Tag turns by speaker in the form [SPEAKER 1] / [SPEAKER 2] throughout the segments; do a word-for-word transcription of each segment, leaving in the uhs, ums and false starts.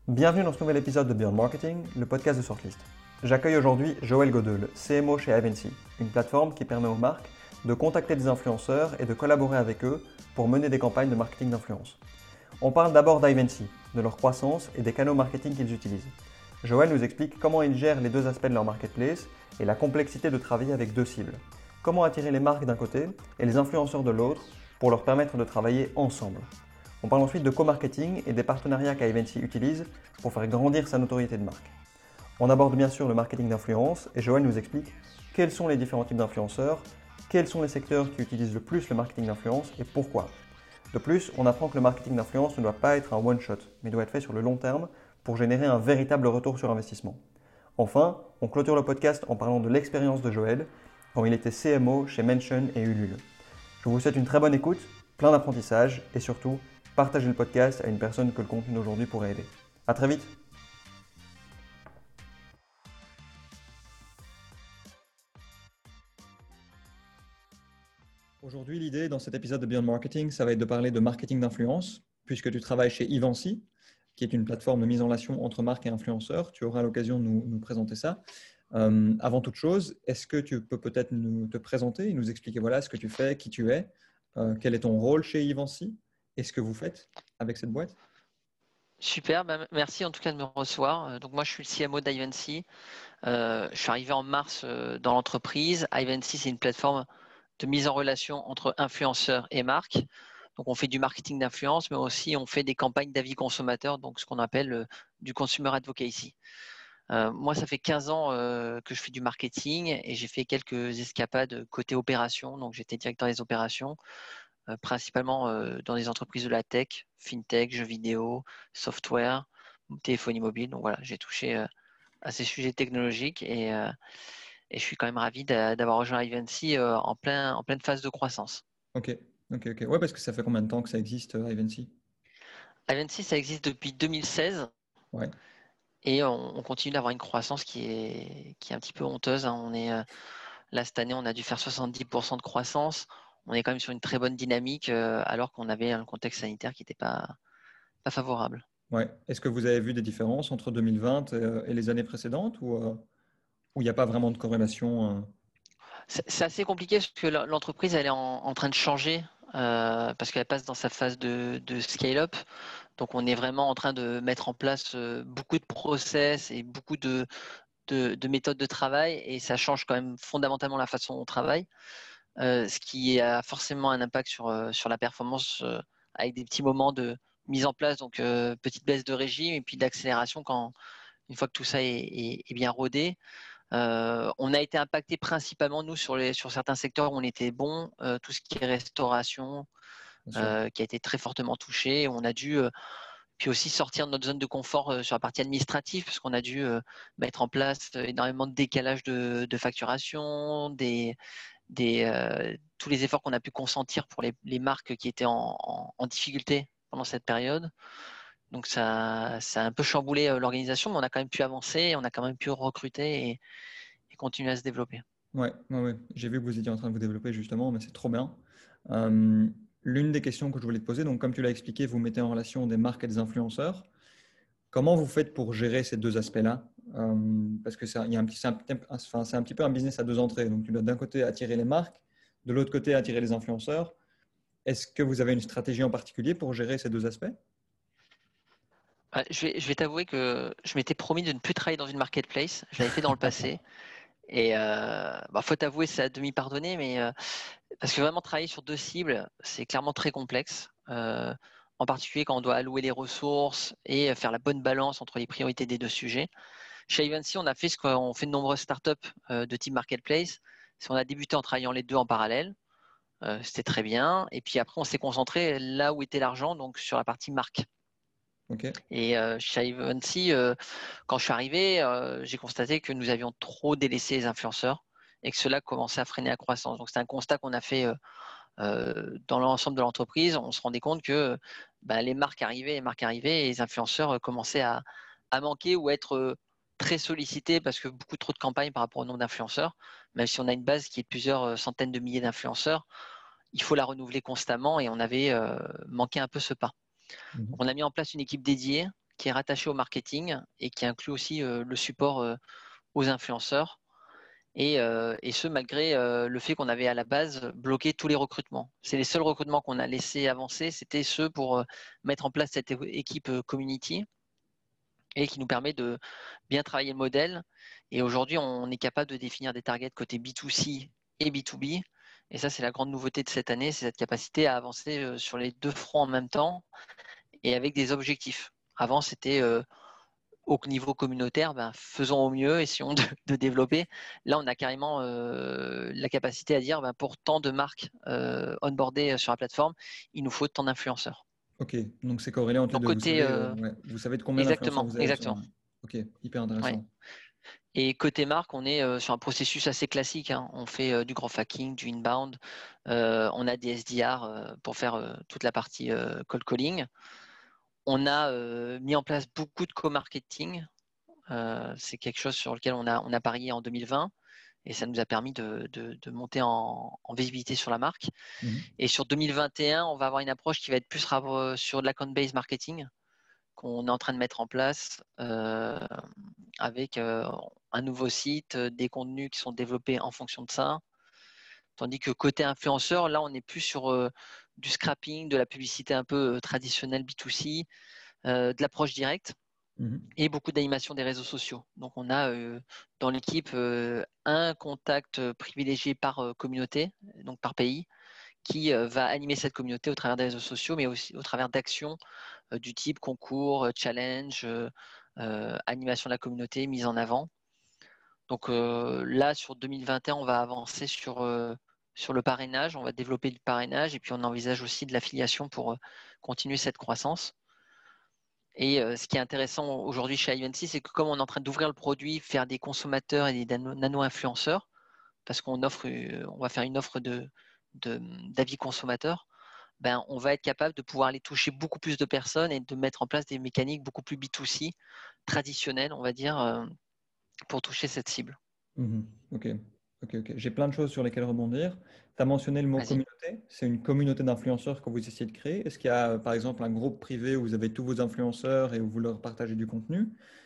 [SPEAKER 1] Bienvenue dans ce nouvel épisode de Beyond Marketing, le podcast de Shortlist. J'accueille aujourd'hui Joël Godeul, C M O chez Ivancy, une plateforme qui permet aux marques de contacter des influenceurs et de collaborer avec eux pour mener des campagnes de marketing d'influence. On parle d'abord d'Ivancy, de leur croissance et des canaux marketing qu'ils utilisent. Joël nous explique comment ils gèrent les deux aspects de leur marketplace et la complexité de travailler avec deux cibles. Comment attirer les marques d'un côté et les influenceurs de l'autre pour leur permettre de travailler ensemble. On parle ensuite de co-marketing et des partenariats qu'Ivancy utilise pour faire grandir sa notoriété de marque. On aborde bien sûr le marketing d'influence et Joël nous explique quels sont les différents types d'influenceurs, quels sont les secteurs qui utilisent le plus le marketing d'influence et pourquoi. De plus, on apprend que le marketing d'influence ne doit pas être un one-shot, mais doit être fait sur le long terme pour générer un véritable retour sur investissement. Enfin, on clôture le podcast en parlant de l'expérience de Joël quand il était C M O chez Mention et Ulule. Je vous souhaite une très bonne écoute, plein d'apprentissage et surtout, partagez le podcast à une personne que le contenu d'aujourd'hui pourrait aider. À très vite. Aujourd'hui, l'idée dans cet épisode de Beyond Marketing, ça va être de parler de marketing d'influence, puisque tu travailles chez Ivancy, qui est une plateforme de mise en relation entre marques et influenceurs. Tu auras l'occasion de nous, nous présenter ça. Euh, avant toute chose, est-ce que tu peux peut-être nous, te présenter et nous expliquer voilà, ce que tu fais, qui tu es, euh, quel est ton rôle chez Ivancy et ce que vous faites avec cette boîte?
[SPEAKER 2] Super, bah, merci en tout cas de me recevoir. Euh, Donc moi je suis le C M O d'Ivancy. Euh, je suis arrivé en mars euh, dans l'entreprise. Ivancy, c'est une plateforme de mise en relation entre influenceurs et marques. Donc on fait du marketing d'influence, mais aussi on fait des campagnes d'avis consommateurs, donc ce qu'on appelle euh, du consumer advocacy. Euh, moi, ça fait quinze ans euh, que je fais du marketing et j'ai fait quelques escapades côté opération. Donc j'étais directeur des opérations, euh, principalement euh, dans des entreprises de la tech, fintech, jeux vidéo, software, téléphonie mobile. Donc voilà, j'ai touché euh, à ces sujets technologiques et, euh, et je suis quand même ravi d'a- d'avoir rejoint Ivancy euh, en, plein, en pleine phase de croissance.
[SPEAKER 1] Ok, ok, ok. Ouais, parce que ça fait combien de temps que ça existe, euh, Ivancy?
[SPEAKER 2] Ivancy, ça existe depuis deux mille seize
[SPEAKER 1] Ouais,
[SPEAKER 2] et on, on continue d'avoir une croissance qui est, qui est un petit peu honteuse, hein. On est, euh, là, cette année, on a dû faire soixante-dix pour cent de croissance. On est quand même sur une très bonne dynamique euh, alors qu'on avait un contexte sanitaire qui n'était pas, pas favorable.
[SPEAKER 1] ouais. Est-ce que vous avez vu des différences entre deux mille vingt euh, et les années précédentes ou euh, ou il n'y a pas vraiment de corrélation? euh
[SPEAKER 2] C'est c'est assez compliqué parce que l'en- l'entreprise elle est en, en train de changer euh, parce qu'elle passe dans sa phase de, de scale-up. Donc on est vraiment en train de mettre en place euh, beaucoup de process et beaucoup de, de, de méthodes de travail et ça change quand même fondamentalement la façon dont on travaille, euh, ce qui a forcément un impact sur, euh, sur la performance euh, avec des petits moments de mise en place, donc euh, petite baisse de régime et puis d'accélération quand une fois que tout ça est, est- est bien rodé. Euh, on a été impacté principalement, nous, sur, les, sur certains secteurs où on était bon, euh, tout ce qui est restauration,
[SPEAKER 1] Bien sûr.
[SPEAKER 2] euh, qui a été très fortement touché. On a dû, euh, puis aussi sortir de notre zone de confort euh, sur la partie administrative, parce qu'on a dû euh, mettre en place euh, énormément de décalage de, de facturation, des, des, euh, tous les efforts qu'on a pu consentir pour les, les marques qui étaient en, en, en difficulté pendant cette période. Donc ça, ça a un peu chamboulé euh, l'organisation, mais on a quand même pu avancer, on a quand même pu recruter et, et continuer à se développer.
[SPEAKER 1] Ouais, ouais, ouais. J'ai vu que vous étiez en train de vous développer justement, mais c'est trop bien. Euh, L'une des questions que je voulais te poser, donc comme tu l'as expliqué, vous mettez en relation des marques et des influenceurs. Comment vous faites pour gérer ces deux aspects-là? Euh, parce que c'est un, il y a un petit, c'est un, enfin, c'est un petit peu un business à deux entrées. Donc tu dois d'un côté attirer les marques, de l'autre côté attirer les influenceurs. Est-ce que vous avez une stratégie en particulier pour gérer ces deux aspects?
[SPEAKER 2] Ouais, je vais, je vais t'avouer que je m'étais promis de ne plus travailler dans une marketplace. Je l'avais fait dans le passé. Et euh, bah, faut t'avouer, c'est à demi pardonné, mais euh, parce que vraiment travailler sur deux cibles, c'est clairement très complexe. Euh, en particulier quand on doit allouer les ressources et faire la bonne balance entre les priorités des deux sujets. Chez Ivancy, on a fait ce qu'on fait de nombreuses startups euh, de type marketplace. C'est on a débuté en travaillant les deux en parallèle. Euh, c'était très bien. Et puis après, on s'est concentré là où était l'argent, donc sur la partie marque.
[SPEAKER 1] Ok,
[SPEAKER 2] Et euh, chez Ivancy, euh, quand je suis arrivé, euh, j'ai constaté que nous avions trop délaissé les influenceurs et que cela commençait à freiner la croissance. Donc c'est un constat qu'on a fait euh, euh, dans l'ensemble de l'entreprise. On se rendait compte que bah, les marques arrivaient, les marques arrivaient et les influenceurs euh, commençaient à, à manquer ou être euh, très sollicités parce que beaucoup trop de campagnes par rapport au nombre d'influenceurs. Même si on a une base qui est de plusieurs euh, centaines de milliers d'influenceurs, il faut la renouveler constamment et on avait euh, manqué un peu ce pas.
[SPEAKER 1] mhm,
[SPEAKER 2] On a mis en place une équipe dédiée qui est rattaché au marketing et qui inclut aussi euh, le support euh, aux influenceurs. Et, euh, et ce, malgré euh, le fait qu'on avait à la base bloqué tous les recrutements. C'est les seuls recrutements qu'on a laissé avancer, c'était ceux pour euh, mettre en place cette équipe euh, community et qui nous permet de bien travailler le modèle. Et aujourd'hui, on est capable de définir des targets côté B deux C et B deux B. Et ça, c'est la grande nouveauté de cette année, c'est cette capacité à avancer euh, sur les deux fronts en même temps et avec des objectifs. Avant, c'était euh, au niveau communautaire, ben, faisons au mieux, essayons de, de développer. Là, on a carrément euh, la capacité à dire, ben, pour tant de marques euh, onboardées sur la plateforme, il nous faut tant d'influenceurs.
[SPEAKER 3] Ok, donc c'est corrélé entre les
[SPEAKER 2] Donc
[SPEAKER 3] deux. Vous
[SPEAKER 2] côté,
[SPEAKER 3] savez, euh,
[SPEAKER 2] euh,
[SPEAKER 3] ouais, vous savez de combien d'influenceurs
[SPEAKER 2] exactement,
[SPEAKER 3] vous avez sur
[SPEAKER 2] exactement.
[SPEAKER 3] un... Ok, hyper
[SPEAKER 2] Ouais.
[SPEAKER 3] intéressant.
[SPEAKER 2] Et côté marque, on est euh, sur un processus assez classique, hein. On fait euh, du growth hacking, du inbound. Euh, on a des S D R euh, pour faire euh, toute la partie euh, cold calling. On a euh, mis en place beaucoup de co-marketing. Euh, c'est quelque chose sur lequel on a, on a parié en deux mille vingt et ça nous a permis de, de, de monter en, en visibilité sur la marque.
[SPEAKER 3] Mhm.
[SPEAKER 2] Et sur deux mille vingt et un, on va avoir une approche qui va être plus sur de l'account-based marketing qu'on est en train de mettre en place euh, avec euh, un nouveau site, euh, des contenus qui sont développés en fonction de ça. Tandis que côté influenceur, là, on est plus sur euh, du scrapping, de la publicité un peu euh, traditionnelle B deux C, euh, de l'approche directe
[SPEAKER 3] Mhm.
[SPEAKER 2] et beaucoup d'animation des réseaux sociaux. Donc, on a euh, dans l'équipe euh, un contact euh, privilégié par euh, communauté, donc par pays, qui euh, va animer cette communauté au travers des réseaux sociaux, mais aussi au travers d'actions euh, du type concours, euh, challenge, euh, euh, animation de la communauté, mise en avant. Donc euh, là, sur deux mille vingt et un, on va avancer sur, euh, sur le parrainage, on va développer le parrainage et puis on envisage aussi de l'affiliation pour euh, continuer cette croissance. Et euh, ce qui est intéressant aujourd'hui chez Ivancy, c'est que comme on est en train d'ouvrir le produit, faire des consommateurs et des nano-influenceurs, parce qu'on offre, euh, on va faire une offre de, de, d'avis consommateurs, ben, on va être capable de pouvoir aller toucher beaucoup plus de personnes et de mettre en place des mécaniques beaucoup plus B deux C, traditionnelles, on va dire, euh, pour toucher cette cible.
[SPEAKER 3] Mhm. Ok, ok, ok. J'ai plein de choses sur lesquelles rebondir. Tu as mentionné le mot
[SPEAKER 2] Vas-y.
[SPEAKER 3] communauté. C'est une communauté d'influenceurs que vous essayez de créer. Est-ce qu'il y a, euh, par exemple, un groupe privé où vous avez tous vos influenceurs et où vous leur partagez du contenu?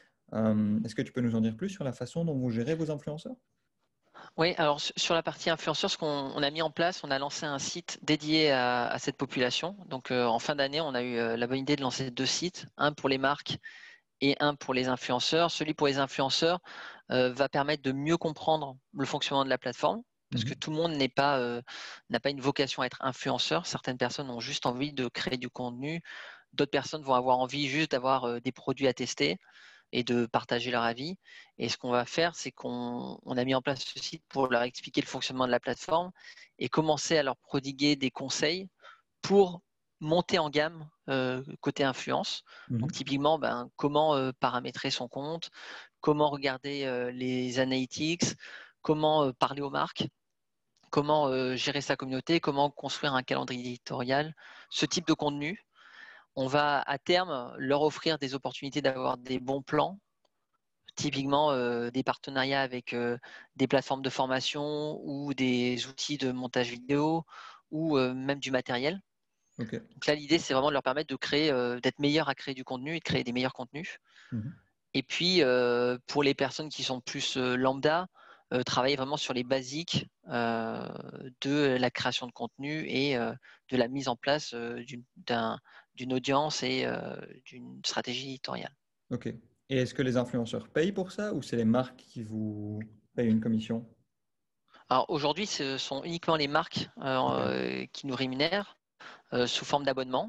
[SPEAKER 3] Euh, est-ce que tu peux nous en dire plus sur la façon dont vous gérez vos influenceurs?
[SPEAKER 2] Oui, alors sur la partie influenceur, ce qu'on on a mis en place, on a lancé un site dédié à, à cette population. Donc euh, en fin d'année, on a eu euh, la bonne idée de lancer deux sites, un pour les marques et un pour les influenceurs. Celui pour les influenceurs euh, va permettre de mieux comprendre le fonctionnement de la plateforme, parce que
[SPEAKER 3] Mhm.
[SPEAKER 2] tout le monde n'est pas euh, n'a pas une vocation à être influenceur. Certaines personnes ont juste envie de créer du contenu, d'autres personnes vont avoir envie juste d'avoir euh, des produits à tester et de partager leur avis. Et ce qu'on va faire, c'est qu'on on a mis en place ce site pour leur expliquer le fonctionnement de la plateforme et commencer à leur prodiguer des conseils pour monter en gamme euh, côté influence. Donc
[SPEAKER 3] Mhm.
[SPEAKER 2] typiquement, ben, comment euh, paramétrer son compte, comment regarder euh, les analytics, comment euh, parler aux marques, comment euh, gérer sa communauté, comment construire un calendrier éditorial, ce type de contenu. On va à terme leur offrir des opportunités d'avoir des bons plans, typiquement euh, des partenariats avec euh, des plateformes de formation ou des outils de montage vidéo ou euh, même du matériel.
[SPEAKER 3] Ok.
[SPEAKER 2] Donc là, l'idée, c'est vraiment de leur permettre de créer, euh, d'être meilleurs à créer du contenu et de créer des meilleurs contenus.
[SPEAKER 3] Mhm.
[SPEAKER 2] Et puis, euh, pour les personnes qui sont plus euh, lambda, euh, travailler vraiment sur les basiques euh, de la création de contenu et euh, de la mise en place euh, d'une, d'un, d'une audience et euh, d'une stratégie éditoriale.
[SPEAKER 3] Ok. Et est-ce que les influenceurs payent pour ça ou c'est les marques qui vous payent une commission?
[SPEAKER 2] Alors aujourd'hui, ce sont uniquement les marques
[SPEAKER 3] Ok.
[SPEAKER 2] euh, qui nous rémunèrent euh, sous forme d'abonnement.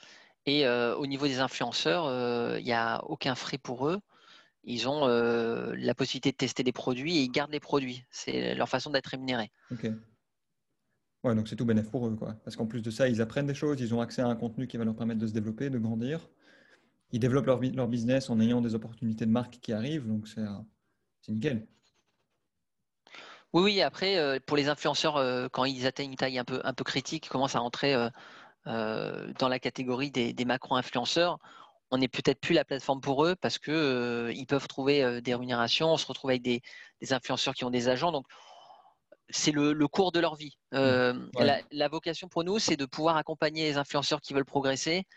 [SPEAKER 2] Et euh, au niveau des influenceurs, euh, il n'y a aucun frais pour eux. Ils ont euh, la possibilité de tester des produits et ils gardent les produits. C'est leur façon d'être rémunérés.
[SPEAKER 3] Ok. Ouais, donc c'est tout bénef pour eux, quoi. Parce qu'en plus de ça, ils apprennent des choses, ils ont accès à un contenu qui va leur permettre de se développer, de grandir. Ils développent leur, bi- leur business en ayant des opportunités de marque qui arrivent, donc c'est euh, c'est nickel.
[SPEAKER 2] Oui, oui, après, euh, pour les influenceurs, euh, quand ils atteignent une taille un peu, un peu critique, ils commencent à entrer euh, euh, dans la catégorie des, des macro-influenceurs. On n'est peut-être plus la plateforme pour eux parce que euh, ils peuvent trouver euh, des rémunérations. On se retrouve avec des, des influenceurs qui ont des agents. Donc, c'est le, le cours de leur vie.
[SPEAKER 3] Mm.
[SPEAKER 2] Euh,
[SPEAKER 3] Ouais,
[SPEAKER 2] la, la vocation pour nous, c'est de pouvoir accompagner les influenceurs qui veulent progresser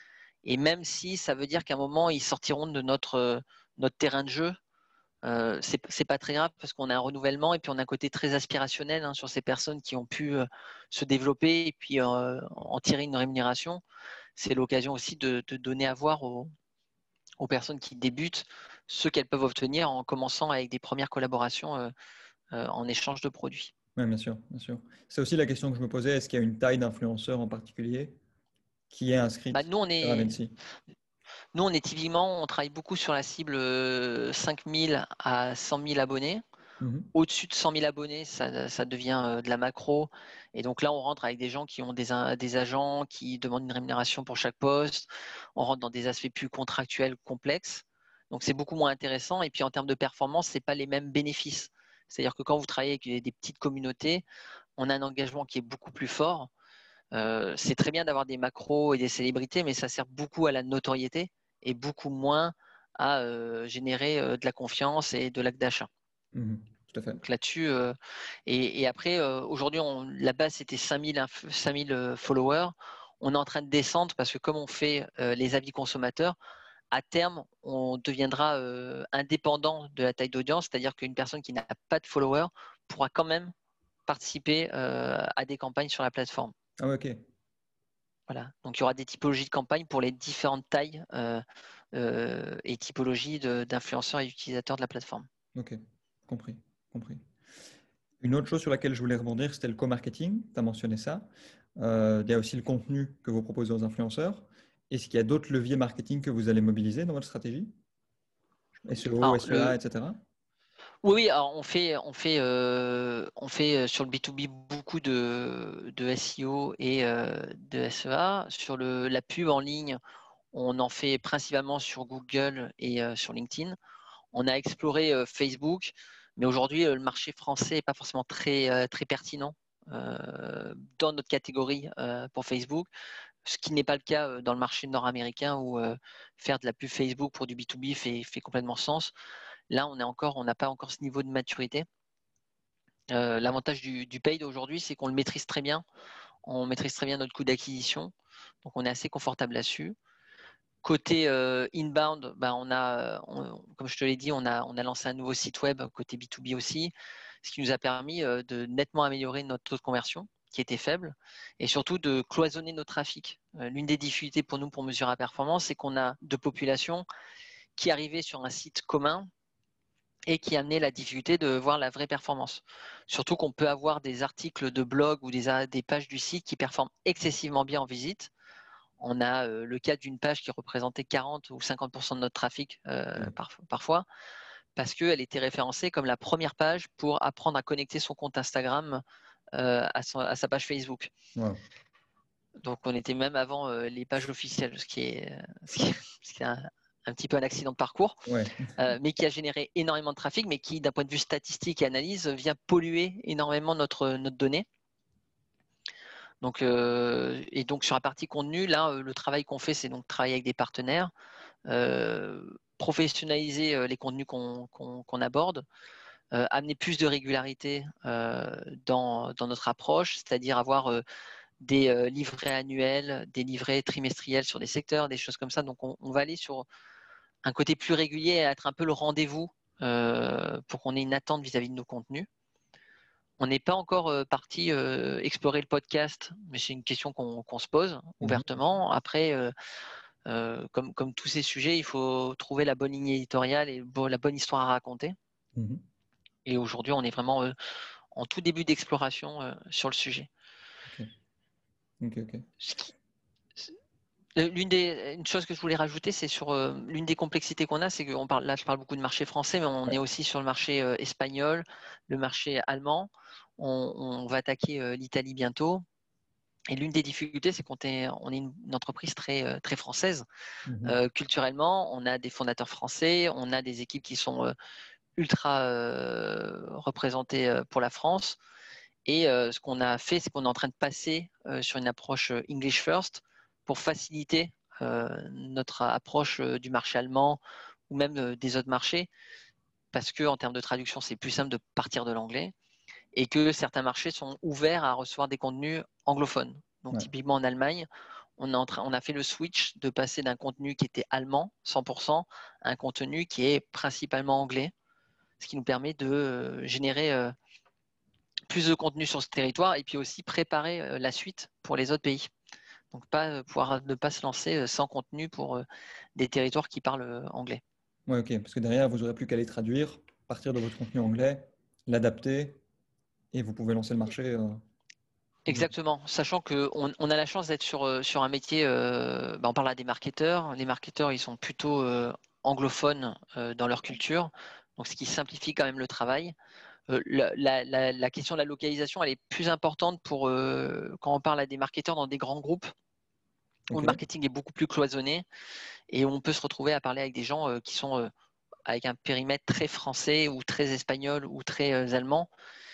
[SPEAKER 2] Et même si ça veut dire qu'à un moment, ils sortiront de notre, notre terrain de jeu, euh, c'est, c'est pas très grave parce qu'on a un renouvellement et puis on a un côté très aspirationnel hein, sur ces personnes qui ont pu euh, se développer et puis euh, en tirer une rémunération. C'est l'occasion aussi de, de donner à voir aux, aux personnes qui débutent ce qu'elles peuvent obtenir en commençant avec des premières collaborations euh, euh, en échange de produits.
[SPEAKER 3] Oui, bien sûr, bien sûr. C'est aussi la question que je me posais, est-ce qu'il y a une taille d'influenceur en particulier qui est
[SPEAKER 2] Bah,
[SPEAKER 3] inscrite
[SPEAKER 2] nous, on
[SPEAKER 3] sur
[SPEAKER 2] est,
[SPEAKER 3] Avency?
[SPEAKER 2] nous, on est typiquement, on travaille beaucoup sur la cible euh, cinq mille à cent mille abonnés.
[SPEAKER 3] Mhm.
[SPEAKER 2] Au-dessus de cent mille abonnés, ça, ça devient euh, de la macro. Et donc là, on rentre avec des gens qui ont des, a- des agents qui demandent une rémunération pour chaque poste. On rentre dans des aspects plus contractuels complexes. Donc c'est beaucoup moins intéressant. Et puis en termes de performance, ce n'est pas les mêmes bénéfices. C'est-à-dire que quand vous travaillez avec des, des petites communautés, on a un engagement qui est beaucoup plus fort. Euh, c'est très bien d'avoir des macros et des célébrités, mais ça sert beaucoup à la notoriété et beaucoup moins à euh, générer euh, de la confiance et de l'acte d'achat.
[SPEAKER 3] Mhm. Tout à fait.
[SPEAKER 2] Donc là-dessus, euh, et, et après, euh, aujourd'hui, on, la base c'était cinq mille, inf- cinq mille euh, followers. On est en train de descendre parce que comme on fait euh, les avis consommateurs, à terme, on deviendra euh, indépendant de la taille d'audience, c'est-à-dire qu'une personne qui n'a pas de followers pourra quand même participer euh, à des campagnes sur la plateforme.
[SPEAKER 3] Ah ouais, ok.
[SPEAKER 2] Voilà. Donc il y aura des typologies de campagnes pour les différentes tailles euh, euh, et typologies de- d'influenceurs et d'utilisateurs de la plateforme.
[SPEAKER 3] Ok, compris, compris. Une autre chose sur laquelle je voulais rebondir, c'était le co-marketing. Tu as mentionné ça. Euh, il y a aussi le contenu que vous proposez aux influenceurs. Est-ce qu'il y a d'autres leviers marketing que vous allez mobiliser dans votre stratégie? S E O,
[SPEAKER 2] Alors,
[SPEAKER 3] S E A,
[SPEAKER 2] le,
[SPEAKER 3] et cetera.
[SPEAKER 2] Oui, oui, alors on fait, on fait, euh, on fait euh, sur le B deux B beaucoup de, de S E O et euh, de S E A. Sur le, la pub en ligne, on en fait principalement sur Google et euh, sur LinkedIn. On a exploré euh, Facebook, mais aujourd'hui, euh, le marché français n'est pas forcément très, euh, très pertinent euh, dans notre catégorie euh, pour Facebook, ce qui n'est pas le cas euh, dans le marché nord-américain où euh, faire de la pub Facebook pour du B deux B fait, fait complètement sens. Là, on est encore, on n'a pas encore ce niveau de maturité. Euh, l'avantage du, du paid aujourd'hui, c'est qu'on le maîtrise très bien. On maîtrise très bien notre coût d'acquisition. Donc, on est assez confortable là-dessus. Côté euh, inbound, ben on a, on, comme je te l'ai dit, on a, on a lancé un nouveau site web côté B deux B aussi, ce qui nous a permis euh, de nettement améliorer notre taux de conversion, qui était faible, et surtout de cloisonner nos trafics. Euh, l'une des difficultés pour nous pour mesurer la performance, c'est qu'on a deux populations qui arrivaient sur un site commun et qui amenait la difficulté de voir la vraie performance. Surtout qu'on peut avoir des articles de blog ou des, des pages du site qui performent excessivement bien en visite. On a euh, le cas d'une page qui représentait quarante ou cinquante pour cent de notre trafic euh,
[SPEAKER 3] Ouais.
[SPEAKER 2] par, parfois, parce qu'elle était référencée comme la première page pour apprendre à connecter son compte Instagram euh, à, son, à sa page Facebook.
[SPEAKER 3] Wow.
[SPEAKER 2] Donc on était même avant euh, les pages officielles, ce qui est, ce qui est, ce qui est un, un petit peu un accident de parcours.
[SPEAKER 3] Ouais.
[SPEAKER 2] Euh, mais qui a généré énormément de trafic, mais qui, d'un point de vue statistique et analyse, vient polluer énormément notre, notre donnée. Donc, euh, et donc sur la partie contenu, là, euh, le travail qu'on fait, c'est donc travailler avec des partenaires, euh, professionnaliser euh, les contenus qu'on qu'on, qu'on aborde, euh, amener plus de régularité euh, dans, dans notre approche, c'est-à-dire avoir euh, des euh, livrets annuels, des livrets trimestriels sur des secteurs, des choses comme ça. Donc, on, on va aller sur un côté plus régulier et être un peu le rendez-vous euh, pour qu'on ait une attente vis-à-vis de nos contenus. On n'est pas encore euh, parti euh, explorer le podcast, mais c'est une question qu'on qu'on se pose
[SPEAKER 3] Mhm.
[SPEAKER 2] ouvertement. Après, euh, euh, comme, comme tous ces sujets, il faut trouver la bonne ligne éditoriale et bo- la bonne histoire à raconter.
[SPEAKER 3] Mhm.
[SPEAKER 2] Et aujourd'hui, on est vraiment euh, en tout début d'exploration euh, sur le sujet.
[SPEAKER 3] Ok, ok, ok.
[SPEAKER 2] Ce qui- Euh, L'une des, une chose que je voulais rajouter, c'est sur euh, l'une des complexités qu'on a, c'est que on parle, là je parle beaucoup de marché français, mais on
[SPEAKER 3] Ouais.
[SPEAKER 2] est aussi sur le marché euh, espagnol, le marché allemand. On, on va attaquer euh, l'Italie bientôt. Et l'une des difficultés, c'est qu'on est, on est une, une entreprise très, euh, très française.
[SPEAKER 3] Mhm.
[SPEAKER 2] Euh, culturellement, on a des fondateurs français, on a des équipes qui sont euh, ultra euh, représentées euh, pour la France. Et euh, ce qu'on a fait, c'est qu'on est en train de passer euh, sur une approche euh, English First pour faciliter euh, notre approche euh, du marché allemand ou même euh, des autres marchés, parce que en termes de traduction, c'est plus simple de partir de l'anglais et que certains marchés sont ouverts à recevoir des contenus anglophones. Donc
[SPEAKER 3] Ouais.
[SPEAKER 2] typiquement en Allemagne, on, est en train, on a fait le switch de passer d'un contenu qui était allemand, cent pour cent, à un contenu qui est principalement anglais, ce qui nous permet de euh, générer euh, plus de contenu sur ce territoire et puis aussi préparer euh, la suite pour les autres pays. Donc, pas, euh, pouvoir ne pas se lancer euh, sans contenu pour euh, des territoires qui parlent euh, anglais.
[SPEAKER 3] Ouais, ok, parce que derrière, vous n'aurez plus qu'à les traduire, partir de votre contenu anglais, l'adapter, et vous pouvez lancer le marché. euh,
[SPEAKER 2] Exactement, sachant qu'on on a la chance d'être sur, euh, sur un métier, euh, bah, on parle à des marketeurs, les marketeurs ils sont plutôt euh, anglophones euh, dans leur culture, donc ce qui simplifie quand même le travail. Euh, la, la- la- la question de la localisation elle est plus importante pour euh, quand on parle à des marketeurs dans des grands groupes où
[SPEAKER 3] Ok,
[SPEAKER 2] le marketing est beaucoup plus cloisonné et où on peut se retrouver à parler avec des gens euh, qui sont euh, avec un périmètre très français ou très espagnol ou très euh, allemand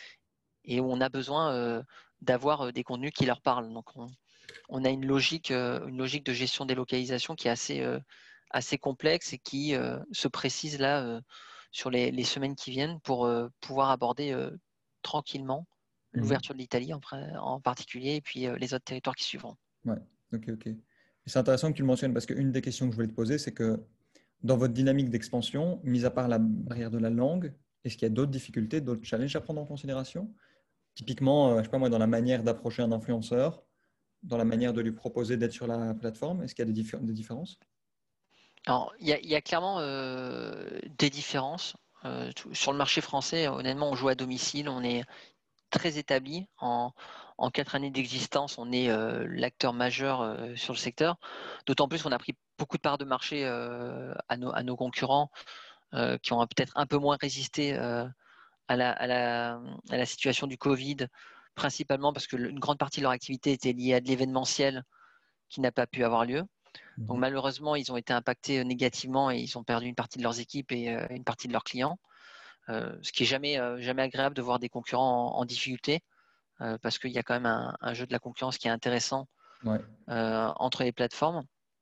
[SPEAKER 2] et où on a besoin euh, d'avoir euh, des contenus qui leur parlent. Donc on, on a une logique, euh, une logique de gestion des localisations qui est assez, euh, assez complexe et qui euh, se précise là euh, sur les, les semaines qui viennent pour euh, pouvoir aborder euh, tranquillement
[SPEAKER 3] mhm,
[SPEAKER 2] l'ouverture de l'Italie en, pr- en particulier et puis euh, les autres territoires qui suivront.
[SPEAKER 3] ouais, ok, ok. Et c'est intéressant que tu le mentionnes parce qu'une des questions que je voulais te poser, c'est que dans votre dynamique d'expansion, mis à part la barrière de la langue, est-ce qu'il y a d'autres difficultés, d'autres challenges à prendre en considération? Typiquement, euh, je sais pas moi, dans la manière d'approcher un influenceur, dans la manière de lui proposer d'être sur la plateforme, est-ce qu'il y a des, diffé- des différences?
[SPEAKER 2] Alors, il y a, il y a clairement euh, des différences. Euh, tout- sur le marché français, honnêtement, on joue à domicile, on est très établi. En, en quatre années d'existence, on est euh, l'acteur majeur euh, sur le secteur. D'autant plus qu'on a pris beaucoup de parts de marché euh, à, nos, à nos concurrents euh, qui ont peut-être un peu moins résisté euh, à, la, à, la, à la situation du Covid, principalement parce que une grande partie de leur activité était liée à de l'événementiel qui n'a pas pu avoir lieu. Donc
[SPEAKER 3] Mhm.
[SPEAKER 2] malheureusement, ils ont été impactés euh, négativement et ils ont perdu une partie de leurs équipes et euh, une partie de leurs clients, euh, ce qui est jamais, euh, jamais agréable de voir des concurrents en, en difficulté, euh, parce qu'il y a quand même un, un jeu de la concurrence qui est intéressant
[SPEAKER 3] Ouais,
[SPEAKER 2] euh, entre les plateformes.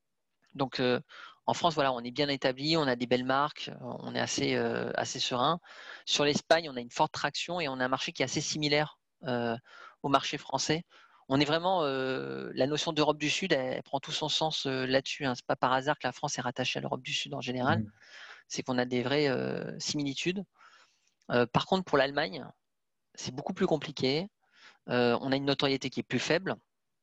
[SPEAKER 2] Donc euh, en France, voilà, on est bien établi, on a des belles marques, on est assez, euh, assez serein. Sur l'Espagne, on a une forte traction et on a un marché qui est assez similaire euh, au marché français. On est vraiment euh, la notion d'Europe du Sud, elle, elle prend tout son sens euh, là-dessus. Hein. C'est pas par hasard que la France est rattachée à l'Europe du Sud en général.
[SPEAKER 3] mhm,
[SPEAKER 2] C'est qu'on a des vraies euh, similitudes. Euh, par contre, pour l'Allemagne, c'est beaucoup plus compliqué. Euh, on a une notoriété qui est plus faible.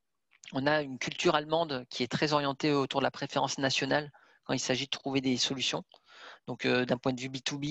[SPEAKER 2] On a une culture allemande qui est très orientée autour de la préférence nationale quand il s'agit de trouver des solutions. Donc, euh, d'un point de vue B deux B,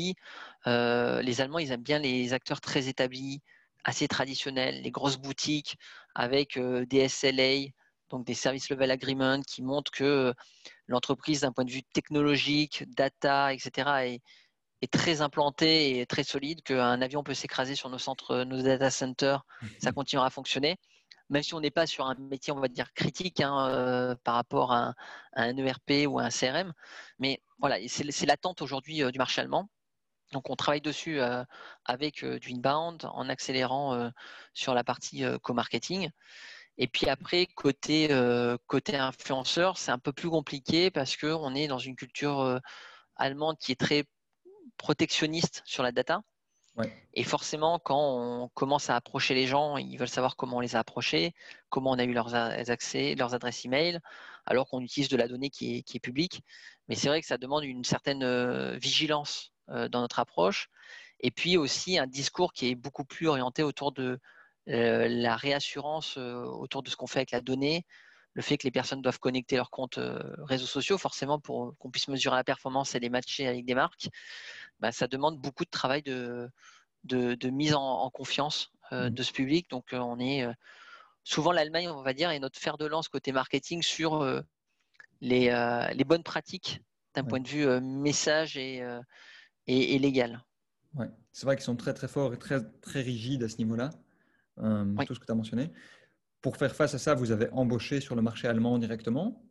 [SPEAKER 2] euh, les Allemands, ils aiment bien les acteurs très établis, assez traditionnels, les grosses boutiques avec euh, des S L A, donc des Service Level Agreement, qui montrent que l'entreprise, d'un point de vue technologique, data, et cetera, est, est très implantée et très solide, qu'un avion peut s'écraser sur nos centres, nos data centers, ça continuera à fonctionner. Même si on n'est pas sur un métier, on va dire, critique hein, euh, par rapport à un, à un E R P ou à un C R M. Mais voilà, c'est, c'est l'attente aujourd'hui euh, du marché allemand. Donc on travaille dessus euh, avec euh, du inbound en accélérant euh, sur la partie euh, co-marketing. Et puis après, côté, euh, côté influenceur, c'est un peu plus compliqué parce qu'on est dans une culture euh, allemande qui est très protectionniste sur la data.
[SPEAKER 3] ouais,
[SPEAKER 2] Et forcément, quand on commence à approcher les gens, ils veulent savoir comment on les a approchés, comment on a eu leurs accès, leurs adresses email, alors qu'on utilise de la donnée qui est, qui est publique. Mais c'est vrai que ça demande une certaine euh, vigilance euh, dans notre approche. Et puis aussi un discours qui est beaucoup plus orienté autour de euh, la réassurance euh, autour de ce qu'on fait avec la donnée, le fait que les personnes doivent connecter leurs comptes euh, réseaux sociaux, forcément, pour qu'on puisse mesurer la performance et les matcher avec des marques, bah, ça demande beaucoup de travail de, de, de mise en, en confiance euh,
[SPEAKER 3] mhm,
[SPEAKER 2] de ce public. Donc, euh, on est euh, souvent l'Allemagne, on va dire, est notre fer de lance côté marketing sur euh, les, euh, les bonnes pratiques d'un
[SPEAKER 3] ouais,
[SPEAKER 2] point de vue euh, message et, euh, et, et légal.
[SPEAKER 3] ouais. C'est vrai qu'ils sont très très forts et très très rigides à ce niveau-là, euh,
[SPEAKER 2] Oui.
[SPEAKER 3] tout ce que tu as mentionné. Pour faire face à ça, vous avez embauché sur le marché allemand directement.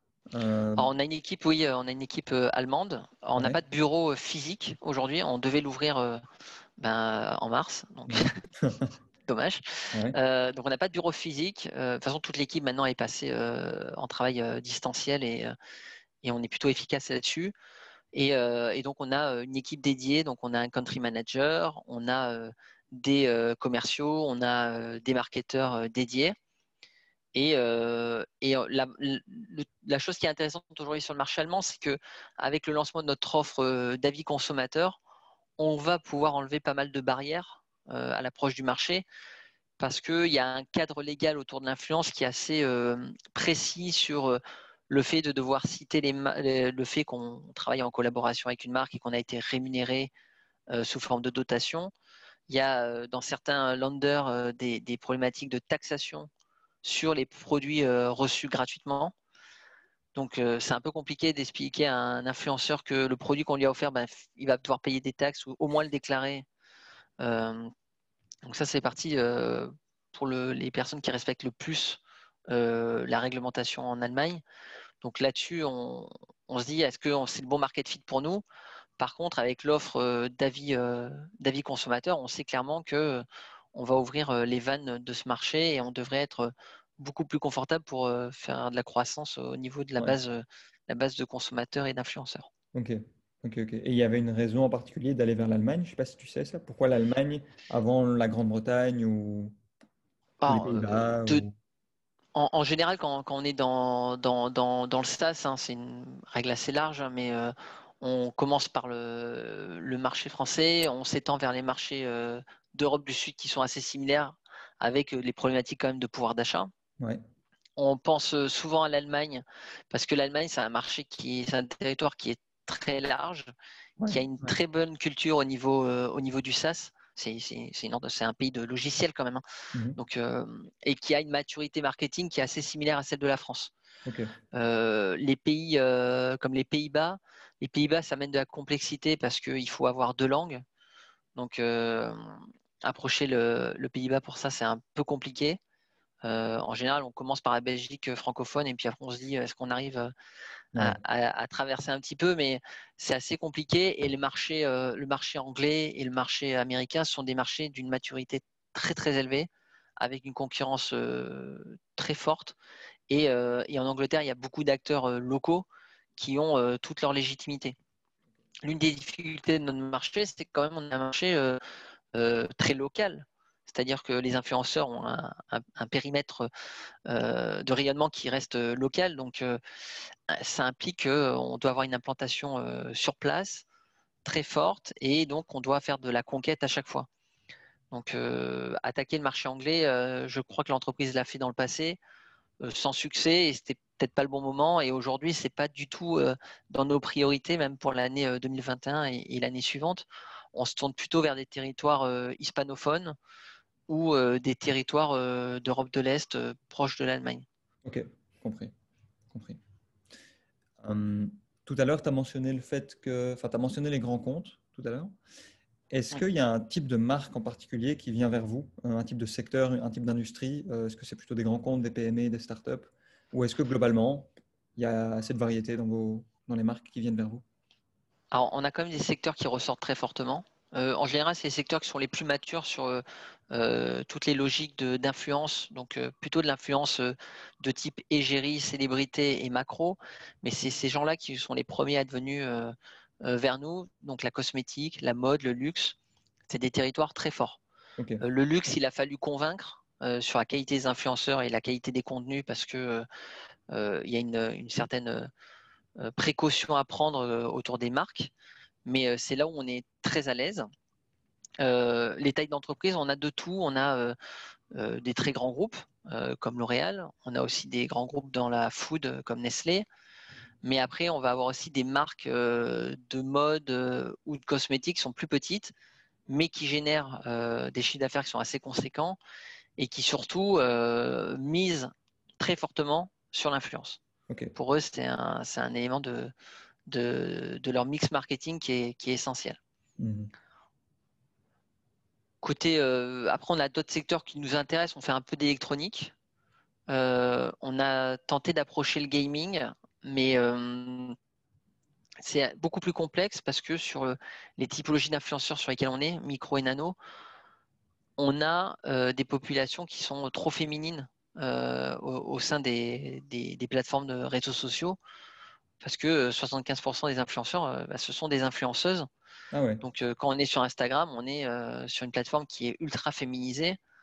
[SPEAKER 3] Euh,
[SPEAKER 2] Alors, on a une équipe, oui, euh, on a une équipe euh, allemande. Alors, on n'a
[SPEAKER 3] ouais,
[SPEAKER 2] pas de bureau euh, physique aujourd'hui. On devait l'ouvrir euh, ben, en mars, donc
[SPEAKER 3] ouais,
[SPEAKER 2] dommage.
[SPEAKER 3] ouais,
[SPEAKER 2] Euh, donc, on n'a pas de bureau physique. Euh, de toute façon, toute l'équipe maintenant est passée euh, en travail euh, distanciel et, euh, et on est plutôt efficace là-dessus. Et, euh, et donc, on a euh, une équipe dédiée. Donc, on a un country manager, on a euh, des euh, commerciaux, on a euh, des marketeurs euh, dédiés. Et, euh, et la, le- la chose qui est intéressante aujourd'hui sur le marché allemand, c'est qu'avec le lancement de notre offre euh, d'avis consommateur, on va pouvoir enlever pas mal de barrières euh, à l'approche du marché parce qu'il y a un cadre légal autour de l'influence qui est assez euh, précis sur euh, le fait de devoir citer les, les, le fait qu'on travaille en collaboration avec une marque et qu'on a été rémunéré euh, sous forme de dotation. Il y a euh, dans certains lenders euh, des, des problématiques de taxation sur les produits euh, reçus gratuitement. Donc, euh, c'est un peu compliqué d'expliquer à un influenceur que le produit qu'on lui a offert, ben, il va devoir payer des taxes ou au moins le déclarer. Euh, donc, ça, c'est parti euh, pour le, les personnes qui respectent le plus euh, la réglementation en Allemagne. Donc, là-dessus, on, on se dit, est-ce que c'est le bon market fit pour nous? Par contre, avec l'offre euh, d'avis euh, d'avis consommateur, on sait clairement que euh, on va ouvrir euh, les vannes de ce marché et on devrait être euh, beaucoup plus confortable pour euh, faire de la croissance au niveau de la
[SPEAKER 3] Ouais.
[SPEAKER 2] base, euh, la base de consommateurs et d'influenceurs.
[SPEAKER 3] Ok, ok, ok. Et il y avait une raison en particulier d'aller vers l'Allemagne? Je sais pas si tu sais ça. Pourquoi l'Allemagne avant la Grande-Bretagne ou, ou les
[SPEAKER 2] Alors, euh,
[SPEAKER 3] Pays-Bas
[SPEAKER 2] de-
[SPEAKER 3] ou...
[SPEAKER 2] en, en général, quand, quand on est dans, dans, dans, dans le SaaS, hein, c'est une règle assez large, hein, mais euh, on commence par le, le marché français, on s'étend vers les marchés euh, d'Europe du Sud qui sont assez similaires avec euh, les problématiques quand même de pouvoir d'achat.
[SPEAKER 3] Ouais,
[SPEAKER 2] On pense euh, souvent à l'Allemagne parce que l'Allemagne, c'est un marché qui est, c'est un territoire qui est très large,
[SPEAKER 3] ouais,
[SPEAKER 2] qui a une
[SPEAKER 3] ouais.
[SPEAKER 2] très bonne culture au niveau, euh, au niveau du SaaS. C'est, c'est, c'est, une, c'est un pays de logiciels quand même, hein.
[SPEAKER 3] Mhm.
[SPEAKER 2] Donc, euh, et qui a une maturité marketing qui est assez similaire à celle de la France.
[SPEAKER 3] Ok,
[SPEAKER 2] Euh, les pays euh, comme les Pays-Bas, les Pays-Bas, ça amène de la complexité parce qu'il faut avoir deux langues. Donc, euh, approcher le, le Pays-Bas pour ça, c'est un peu compliqué. Euh, en général, on commence par la Belgique francophone et puis après on se dit est-ce qu'on arrive à,
[SPEAKER 3] ouais,
[SPEAKER 2] à- à traverser un petit peu, mais c'est assez compliqué et les marchés, euh, le marché anglais et le marché américain sont des marchés d'une maturité très très élevée avec une concurrence euh, très forte et, euh, et en Angleterre il y a beaucoup d'acteurs euh, locaux qui ont euh, toute leur légitimité. L'une des difficultés de notre marché, c'est que quand même on a un marché euh, euh, très local. C'est-à-dire que les influenceurs ont un, un- un périmètre euh, de rayonnement qui reste euh, local. Donc, euh, ça implique qu'on doit avoir une implantation euh, sur place très forte et donc on doit faire de la conquête à chaque fois. Donc, euh, attaquer le marché anglais, euh, je crois que l'entreprise l'a fait dans le passé euh, sans succès et c'était peut-être pas le bon moment. Et aujourd'hui, c'est pas du tout euh, dans nos priorités, même pour l'année euh, deux mille vingt et un et, et l'année suivante. On se tourne plutôt vers des territoires euh, hispanophones ou euh, des territoires euh, d'Europe de l'Est euh, proches de l'Allemagne.
[SPEAKER 3] ok, compris, compris. Hum, tout à l'heure, tu as mentionné le fait que, enfin, tu as mentionné les grands comptes tout à l'heure. Est-ce
[SPEAKER 2] Oui.
[SPEAKER 3] qu'il y a un type de marque en particulier qui vient vers vous, un type de secteur, un type d'industrie? Euh, Est-ce que c'est plutôt des grands comptes, des P M E, des startups? Ou est-ce que globalement, il y a assez de variété dans, vos, dans les marques qui viennent vers vous?
[SPEAKER 2] Alors, on a quand même des secteurs qui ressortent très fortement. Euh, en général, c'est les secteurs qui sont les plus matures sur euh, euh, toutes les logiques de- d'influence, donc euh, plutôt de l'influence euh, de type égérie, célébrité et macro. Mais c'est ces gens-là qui sont les premiers à être venus euh, euh, vers nous. Donc la cosmétique, la mode, le luxe, c'est des territoires très forts.
[SPEAKER 3] Ok,
[SPEAKER 2] Euh, le luxe, il a fallu convaincre euh, sur la qualité des influenceurs et la qualité des contenus parce que euh, il y a une, une certaine euh, précaution à prendre euh, autour des marques mais euh, c'est là où on est très à l'aise. Euh, les tailles d'entreprise, on a de tout. On a euh, euh, des très grands groupes euh, comme L'Oréal. On a aussi des grands groupes dans la food euh, comme Nestlé. Mais après, on va avoir aussi des marques euh, de mode euh, ou de cosmétiques qui sont plus petites, mais qui génèrent euh, des chiffres d'affaires qui sont assez conséquents et qui surtout euh, misent très fortement sur l'influence.
[SPEAKER 3] ok.
[SPEAKER 2] Pour eux, c'est un, c'est un élément de, de, de leur mix marketing qui est, qui est essentiel.
[SPEAKER 3] Mhm.
[SPEAKER 2] Côté, euh, après, on a d'autres secteurs qui nous intéressent. On fait un peu d'électronique. Euh, on a tenté d'approcher le gaming, mais euh, c'est beaucoup plus complexe parce que sur euh, les typologies d'influenceurs sur lesquels on est, micro et nano, on a euh, des populations qui sont trop féminines euh, au, au sein des, des, des plateformes de réseaux sociaux parce que soixante-quinze pour cent des influenceurs, euh, bah, ce sont des influenceuses.
[SPEAKER 3] Ah ouais,
[SPEAKER 2] Donc, euh, quand on est sur Instagram, on est euh, sur une plateforme qui est ultra féminisée.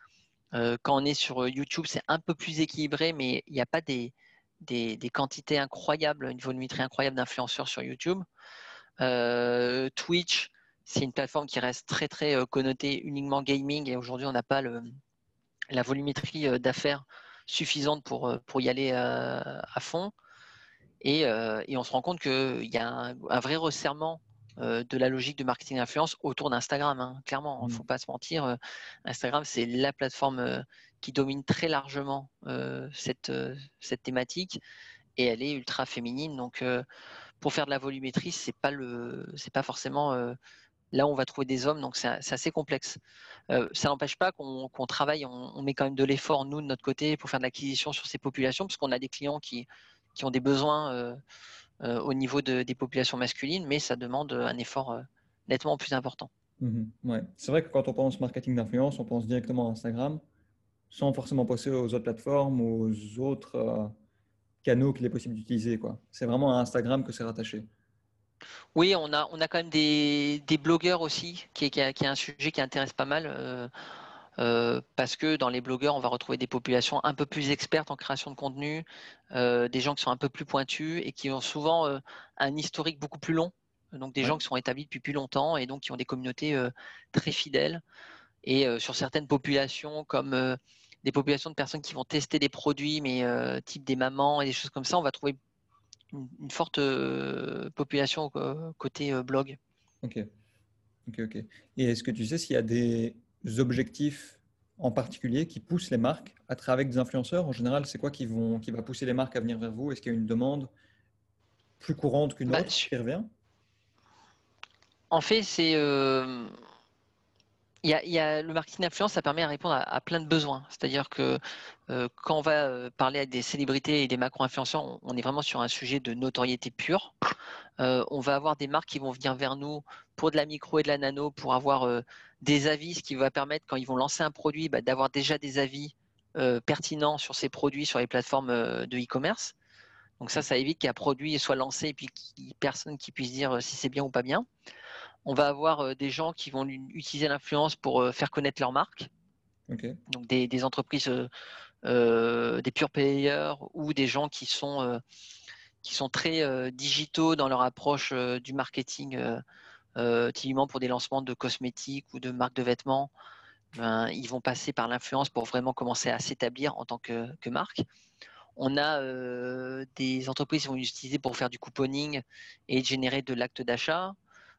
[SPEAKER 2] Euh, quand on est sur YouTube, c'est un peu plus équilibré, mais il n'y a pas des, des, des quantités incroyables, une volumétrie incroyable d'influenceurs sur YouTube. Euh, Twitch, c'est une plateforme qui reste très très euh, connotée uniquement gaming et aujourd'hui on n'a pas le, la volumétrie euh, d'affaires suffisante pour, euh, pour y aller euh, à fond. Et, euh, et on se rend compte qu'il y a un, un vrai resserrement euh, de la logique de marketing d'influence autour d'Instagram. Hein. Clairement, il ne
[SPEAKER 3] Mmh.
[SPEAKER 2] faut pas se mentir. euh, Instagram, c'est la plateforme euh, qui domine très largement euh, cette, euh, cette thématique et elle est ultra féminine. Donc, euh, pour faire de la volumétrie, c'est pas le, c'est pas forcément euh, là où on va trouver des hommes. Donc, c'est c'est assez complexe. Euh, ça n'empêche pas qu'on qu'on travaille, on, on met quand même de l'effort nous de notre côté pour faire de l'acquisition sur ces populations, parce qu'on a des clients qui qui ont des besoins euh, euh, au niveau de, des populations masculines, mais ça demande un effort euh, nettement plus important.
[SPEAKER 3] Mmh. Ouais. C'est vrai que quand on pense marketing d'influence, on pense directement à Instagram, sans forcément penser aux autres plateformes, aux autres euh, canaux qu'il est possible d'utiliser, quoi. C'est vraiment à Instagram que c'est rattaché.
[SPEAKER 2] Oui, on a, on a quand même des, des blogueurs aussi, qui est, qui, est, qui est un sujet qui intéresse pas mal, euh, euh, parce que dans les blogueurs, on va retrouver des populations un peu plus expertes en création de contenu, euh, des gens qui sont un peu plus pointus et qui ont souvent euh, un historique beaucoup plus long. Donc des
[SPEAKER 3] Ouais.
[SPEAKER 2] gens qui sont établis depuis plus longtemps et donc qui ont des communautés euh, très fidèles. Et euh, sur certaines populations, comme euh, des populations de personnes qui vont tester des produits, mais euh, type des mamans et des choses comme ça, on va trouver une, une forte euh, population euh, côté euh, blog.
[SPEAKER 3] Ok, ok, ok. Et est-ce que tu sais s'il y a des objectifs en particulier qui poussent les marques à travailler avec des influenceurs? En général, c'est quoi qui vont, qui va pousser les marques à venir vers vous? Est-ce qu'il y a une demande plus courante qu'une
[SPEAKER 2] Bah,
[SPEAKER 3] autre qui revient?
[SPEAKER 2] en fait, c'est euh, il y a, il y a- le marketing d'influence, ça permet de répondre à, à plein de besoins. C'est-à-dire que euh, quand on va euh, parler à des célébrités et des macro-influenceurs, on, on est vraiment sur un sujet de notoriété pure. Euh, on va avoir des marques qui vont venir vers nous pour de la micro et de la nano, pour avoir euh, des avis, ce qui va permettre, quand ils vont lancer un produit, bah, d'avoir déjà des avis euh, pertinents sur ces produits sur les plateformes euh, de e-commerce. Donc ça, ça évite qu'un produit soit lancé et puis qu'il n'y ait personne qui puisse dire euh, si c'est bien ou pas bien. On va avoir euh, des gens qui vont utiliser l'influence pour euh, faire connaître leur marque.
[SPEAKER 3] Ok,
[SPEAKER 2] Donc des, des entreprises, euh, euh, des pure players ou des gens qui sont, euh, qui sont très euh, digitaux dans leur approche euh, du marketing, euh, euh, typiquement pour des lancements de cosmétiques ou de marques de vêtements. Ben, ils vont passer par l'influence pour vraiment commencer à s'établir en tant que, que marque. On a euh, des entreprises qui vont l'utiliser pour faire du couponing et générer de l'acte d'achat,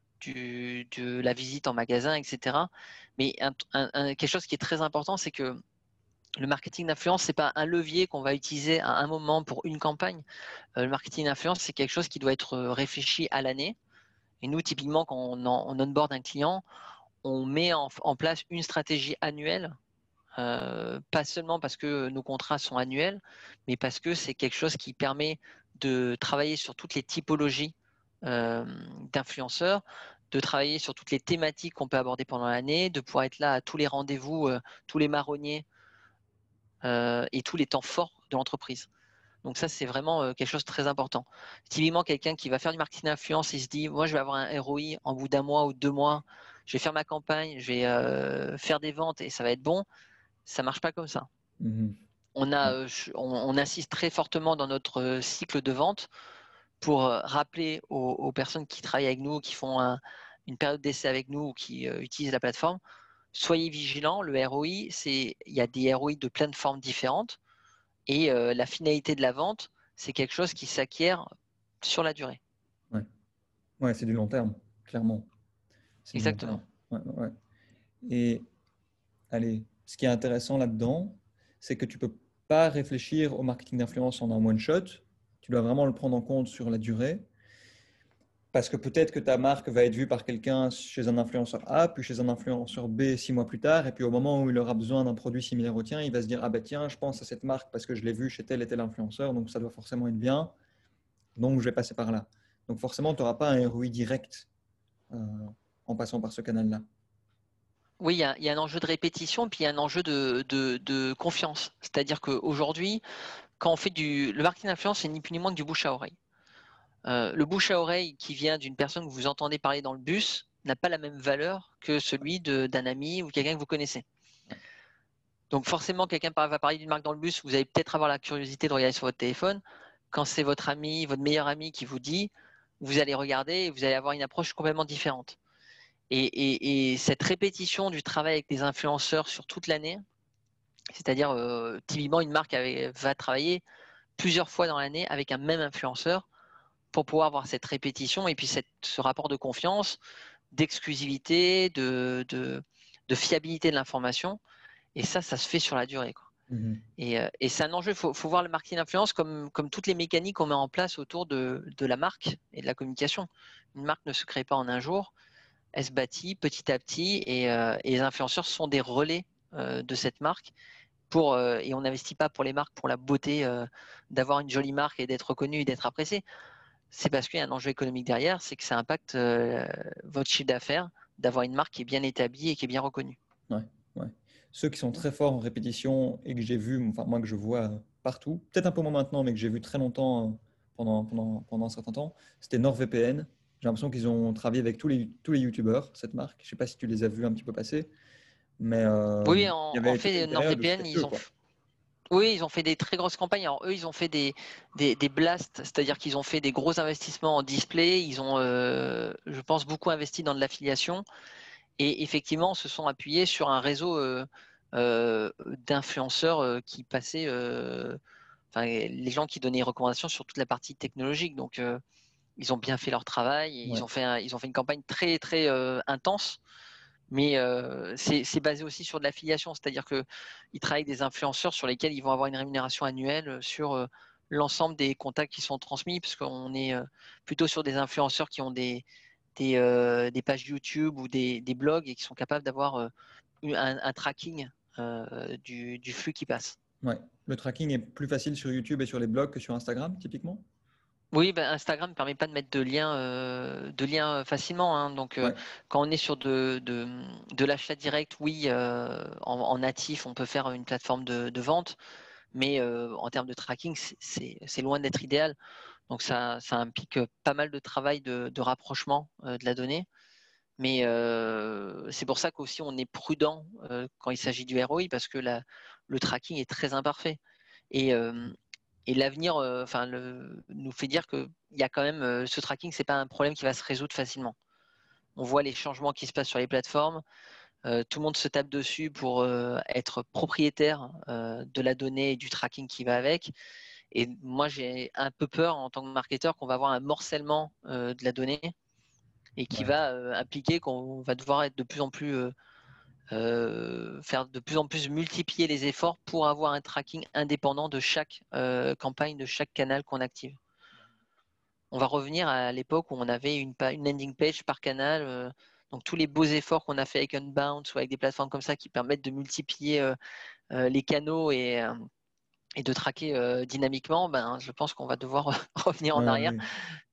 [SPEAKER 2] du, de la visite en magasin, et cetera. Mais un, un, un, quelque chose qui est très important, c'est que le marketing d'influence, c'est pas un levier qu'on va utiliser à un moment pour une campagne. Euh, le marketing d'influence, c'est quelque chose qui doit être réfléchi à l'année. Et nous, typiquement, quand on, on onboard un client, on met en, en place une stratégie annuelle, euh, pas seulement parce que nos contrats sont annuels, mais parce que c'est quelque chose qui permet de travailler sur toutes les typologies euh, d'influenceurs, de travailler sur toutes les thématiques qu'on peut aborder pendant l'année, de pouvoir être là à tous les rendez-vous, euh, tous les marronniers euh, et tous les temps forts de l'entreprise. Donc ça, c'est vraiment euh, quelque chose de très important. Typiquement, quelqu'un qui va faire du marketing d'influence, il se dit, moi, je vais avoir un R O I en bout d'un mois ou deux mois, je vais faire ma campagne, je vais euh, faire des ventes et ça va être bon. Ça marche pas comme ça.
[SPEAKER 3] mhm,
[SPEAKER 2] On, a,
[SPEAKER 3] ouais,
[SPEAKER 2] euh, on, on insiste très fortement dans notre euh, cycle de vente pour euh, rappeler aux, aux personnes qui travaillent avec nous, qui font un- une période d'essai avec nous ou qui euh, utilisent la plateforme, soyez vigilants. Le R O I, c'est, il y a des R O I de plein de formes différentes et euh, la finalité de la vente, c'est quelque chose qui s'acquiert sur la durée.
[SPEAKER 3] ouais. Ouais, c'est du long terme, clairement. C'est du long terme.
[SPEAKER 2] Exactement.
[SPEAKER 3] Ouais, ouais, ouais. Et allez, ce qui est intéressant là-dedans, c'est que tu peux pas réfléchir au marketing d'influence en un one shot. Tu dois vraiment le prendre en compte sur la durée. Parce que peut-être que ta marque va être vue par quelqu'un chez un influenceur A, puis chez un influenceur B six mois plus tard, et puis au moment où il aura besoin d'un produit similaire au tien, il va se dire, ah ben tiens, je pense à cette marque parce que je l'ai vue chez tel et tel influenceur, donc ça doit forcément être bien, donc je vais passer par là. Donc forcément, tu n'auras pas un R O I direct euh, en passant par ce canal-là.
[SPEAKER 2] Oui, il y, a, il y a un enjeu de répétition, puis il y a un enjeu de, de, de confiance. C'est-à-dire qu'aujourd'hui, quand on fait du... Le marketing d'influence, c'est ni plus ni moins que du bouche à oreille. Euh, le bouche à oreille qui vient d'une personne que vous entendez parler dans le bus n'a pas la même valeur que celui de- d'un ami ou quelqu'un que vous connaissez. Donc forcément, quelqu'un va parler d'une marque dans le bus, vous allez peut-être avoir la curiosité de regarder sur votre téléphone. Quand c'est votre ami, votre meilleur ami qui vous dit, vous allez regarder et vous allez avoir une approche complètement différente. Et, et, et cette répétition du travail avec des influenceurs sur toute l'année, c'est-à-dire euh, typiquement une marque avait, va travailler plusieurs fois dans l'année avec un même influenceur pour pouvoir avoir cette répétition et puis cette, ce rapport de confiance, d'exclusivité, de, de, de fiabilité de l'information. Et ça, ça se fait sur la durée, quoi. Mmh. Et, euh, et c'est un enjeu, il faut, faut voir le marketing d'influence comme, comme toutes les mécaniques qu'on met en place autour de, de la marque et de la communication. Une marque ne se crée pas en un jour, elle se bâtit petit à petit et, euh, et les influenceurs sont des relais euh, de cette marque. Pour, euh, et on n'investit pas pour les marques pour la beauté euh, d'avoir une jolie marque et d'être reconnu et d'être apprécié. C'est parce qu'il y a un enjeu économique derrière, c'est que ça impacte euh, votre chiffre d'affaires d'avoir une marque qui est bien établie et qui est bien reconnue.
[SPEAKER 3] Ouais, ouais. Ceux qui sont très forts en répétition et que j'ai vu, enfin moi que je vois partout, peut-être un peu moins maintenant, mais que j'ai vu très longtemps pendant, pendant, pendant un certain temps, c'était NordVPN. J'ai l'impression qu'ils ont travaillé avec tous les, tous les youtubeurs, cette marque. Je ne sais pas si tu les as vus un petit peu passer, mais euh,
[SPEAKER 2] oui,
[SPEAKER 3] il
[SPEAKER 2] en,
[SPEAKER 3] y avait
[SPEAKER 2] en fait, NordVPN, ils
[SPEAKER 3] eux,
[SPEAKER 2] ont, oui, ils ont fait des très grosses campagnes. Alors eux, ils ont fait des, des, des blasts, c'est-à-dire qu'ils ont fait des gros investissements en display. Ils ont, euh, je pense, beaucoup investi dans de l'affiliation et effectivement se sont appuyés sur un réseau euh, euh, d'influenceurs euh, qui passaient, euh, enfin, les gens qui donnaient des recommandations sur toute la partie technologique. Donc, euh, ils ont bien fait leur travail. Et ouais. ils, ont fait un, ils ont fait une campagne très, très euh, intense. Mais euh, c'est basé aussi sur de l'affiliation, c'est-à-dire qu'ils travaillent avec des influenceurs sur lesquels ils vont avoir une rémunération annuelle sur euh, l'ensemble des contacts qui sont transmis, parce qu'on est euh, plutôt sur des influenceurs qui ont des, des, euh, des pages YouTube ou des, des blogs et qui sont capables d'avoir euh, un, un tracking euh, du, du flux qui passe.
[SPEAKER 3] Ouais. Le tracking est plus facile sur YouTube et sur les blogs que sur Instagram, typiquement?
[SPEAKER 2] Oui, ben Instagram ne permet pas de mettre de liens euh, de liens facilement. Hein. Donc, euh,
[SPEAKER 3] Ouais.
[SPEAKER 2] quand on est sur de, de, de l'achat direct, oui, euh, en, en natif, on peut faire une plateforme de, de vente, mais euh, en termes de tracking, c'est loin d'être idéal. Donc, ça, ça implique pas mal de travail de, de rapprochement euh, de la donnée. Mais euh, c'est pour ça qu'aussi on est prudent euh, quand il s'agit du R O I, parce que la, le tracking est très imparfait. Et, euh, et l'avenir euh, enfin, le, nous fait dire qu'il y a quand même euh, ce tracking, c'est pas un problème qui va se résoudre facilement. On voit les changements qui se passent sur les plateformes, euh, tout le monde se tape dessus pour euh, être propriétaire euh, de la donnée et du tracking qui va avec. Et moi, j'ai un peu peur en tant que marketeur qu'on va avoir un morcellement euh, de la donnée et qui ouais. va euh, impliquer qu'on va devoir être de plus en plus euh, Euh, faire de plus en plus multiplier les efforts pour avoir un tracking indépendant de chaque euh, campagne, de chaque canal qu'on active. On va revenir à l'époque où on avait une, une landing page par canal. Euh, donc tous les beaux efforts qu'on a fait avec Unbound ou avec des plateformes comme ça qui permettent de multiplier euh, euh, les canaux et, euh, et de traquer euh, dynamiquement, ben, je pense qu'on va devoir revenir en
[SPEAKER 3] ah,
[SPEAKER 2] arrière.
[SPEAKER 3] Oui.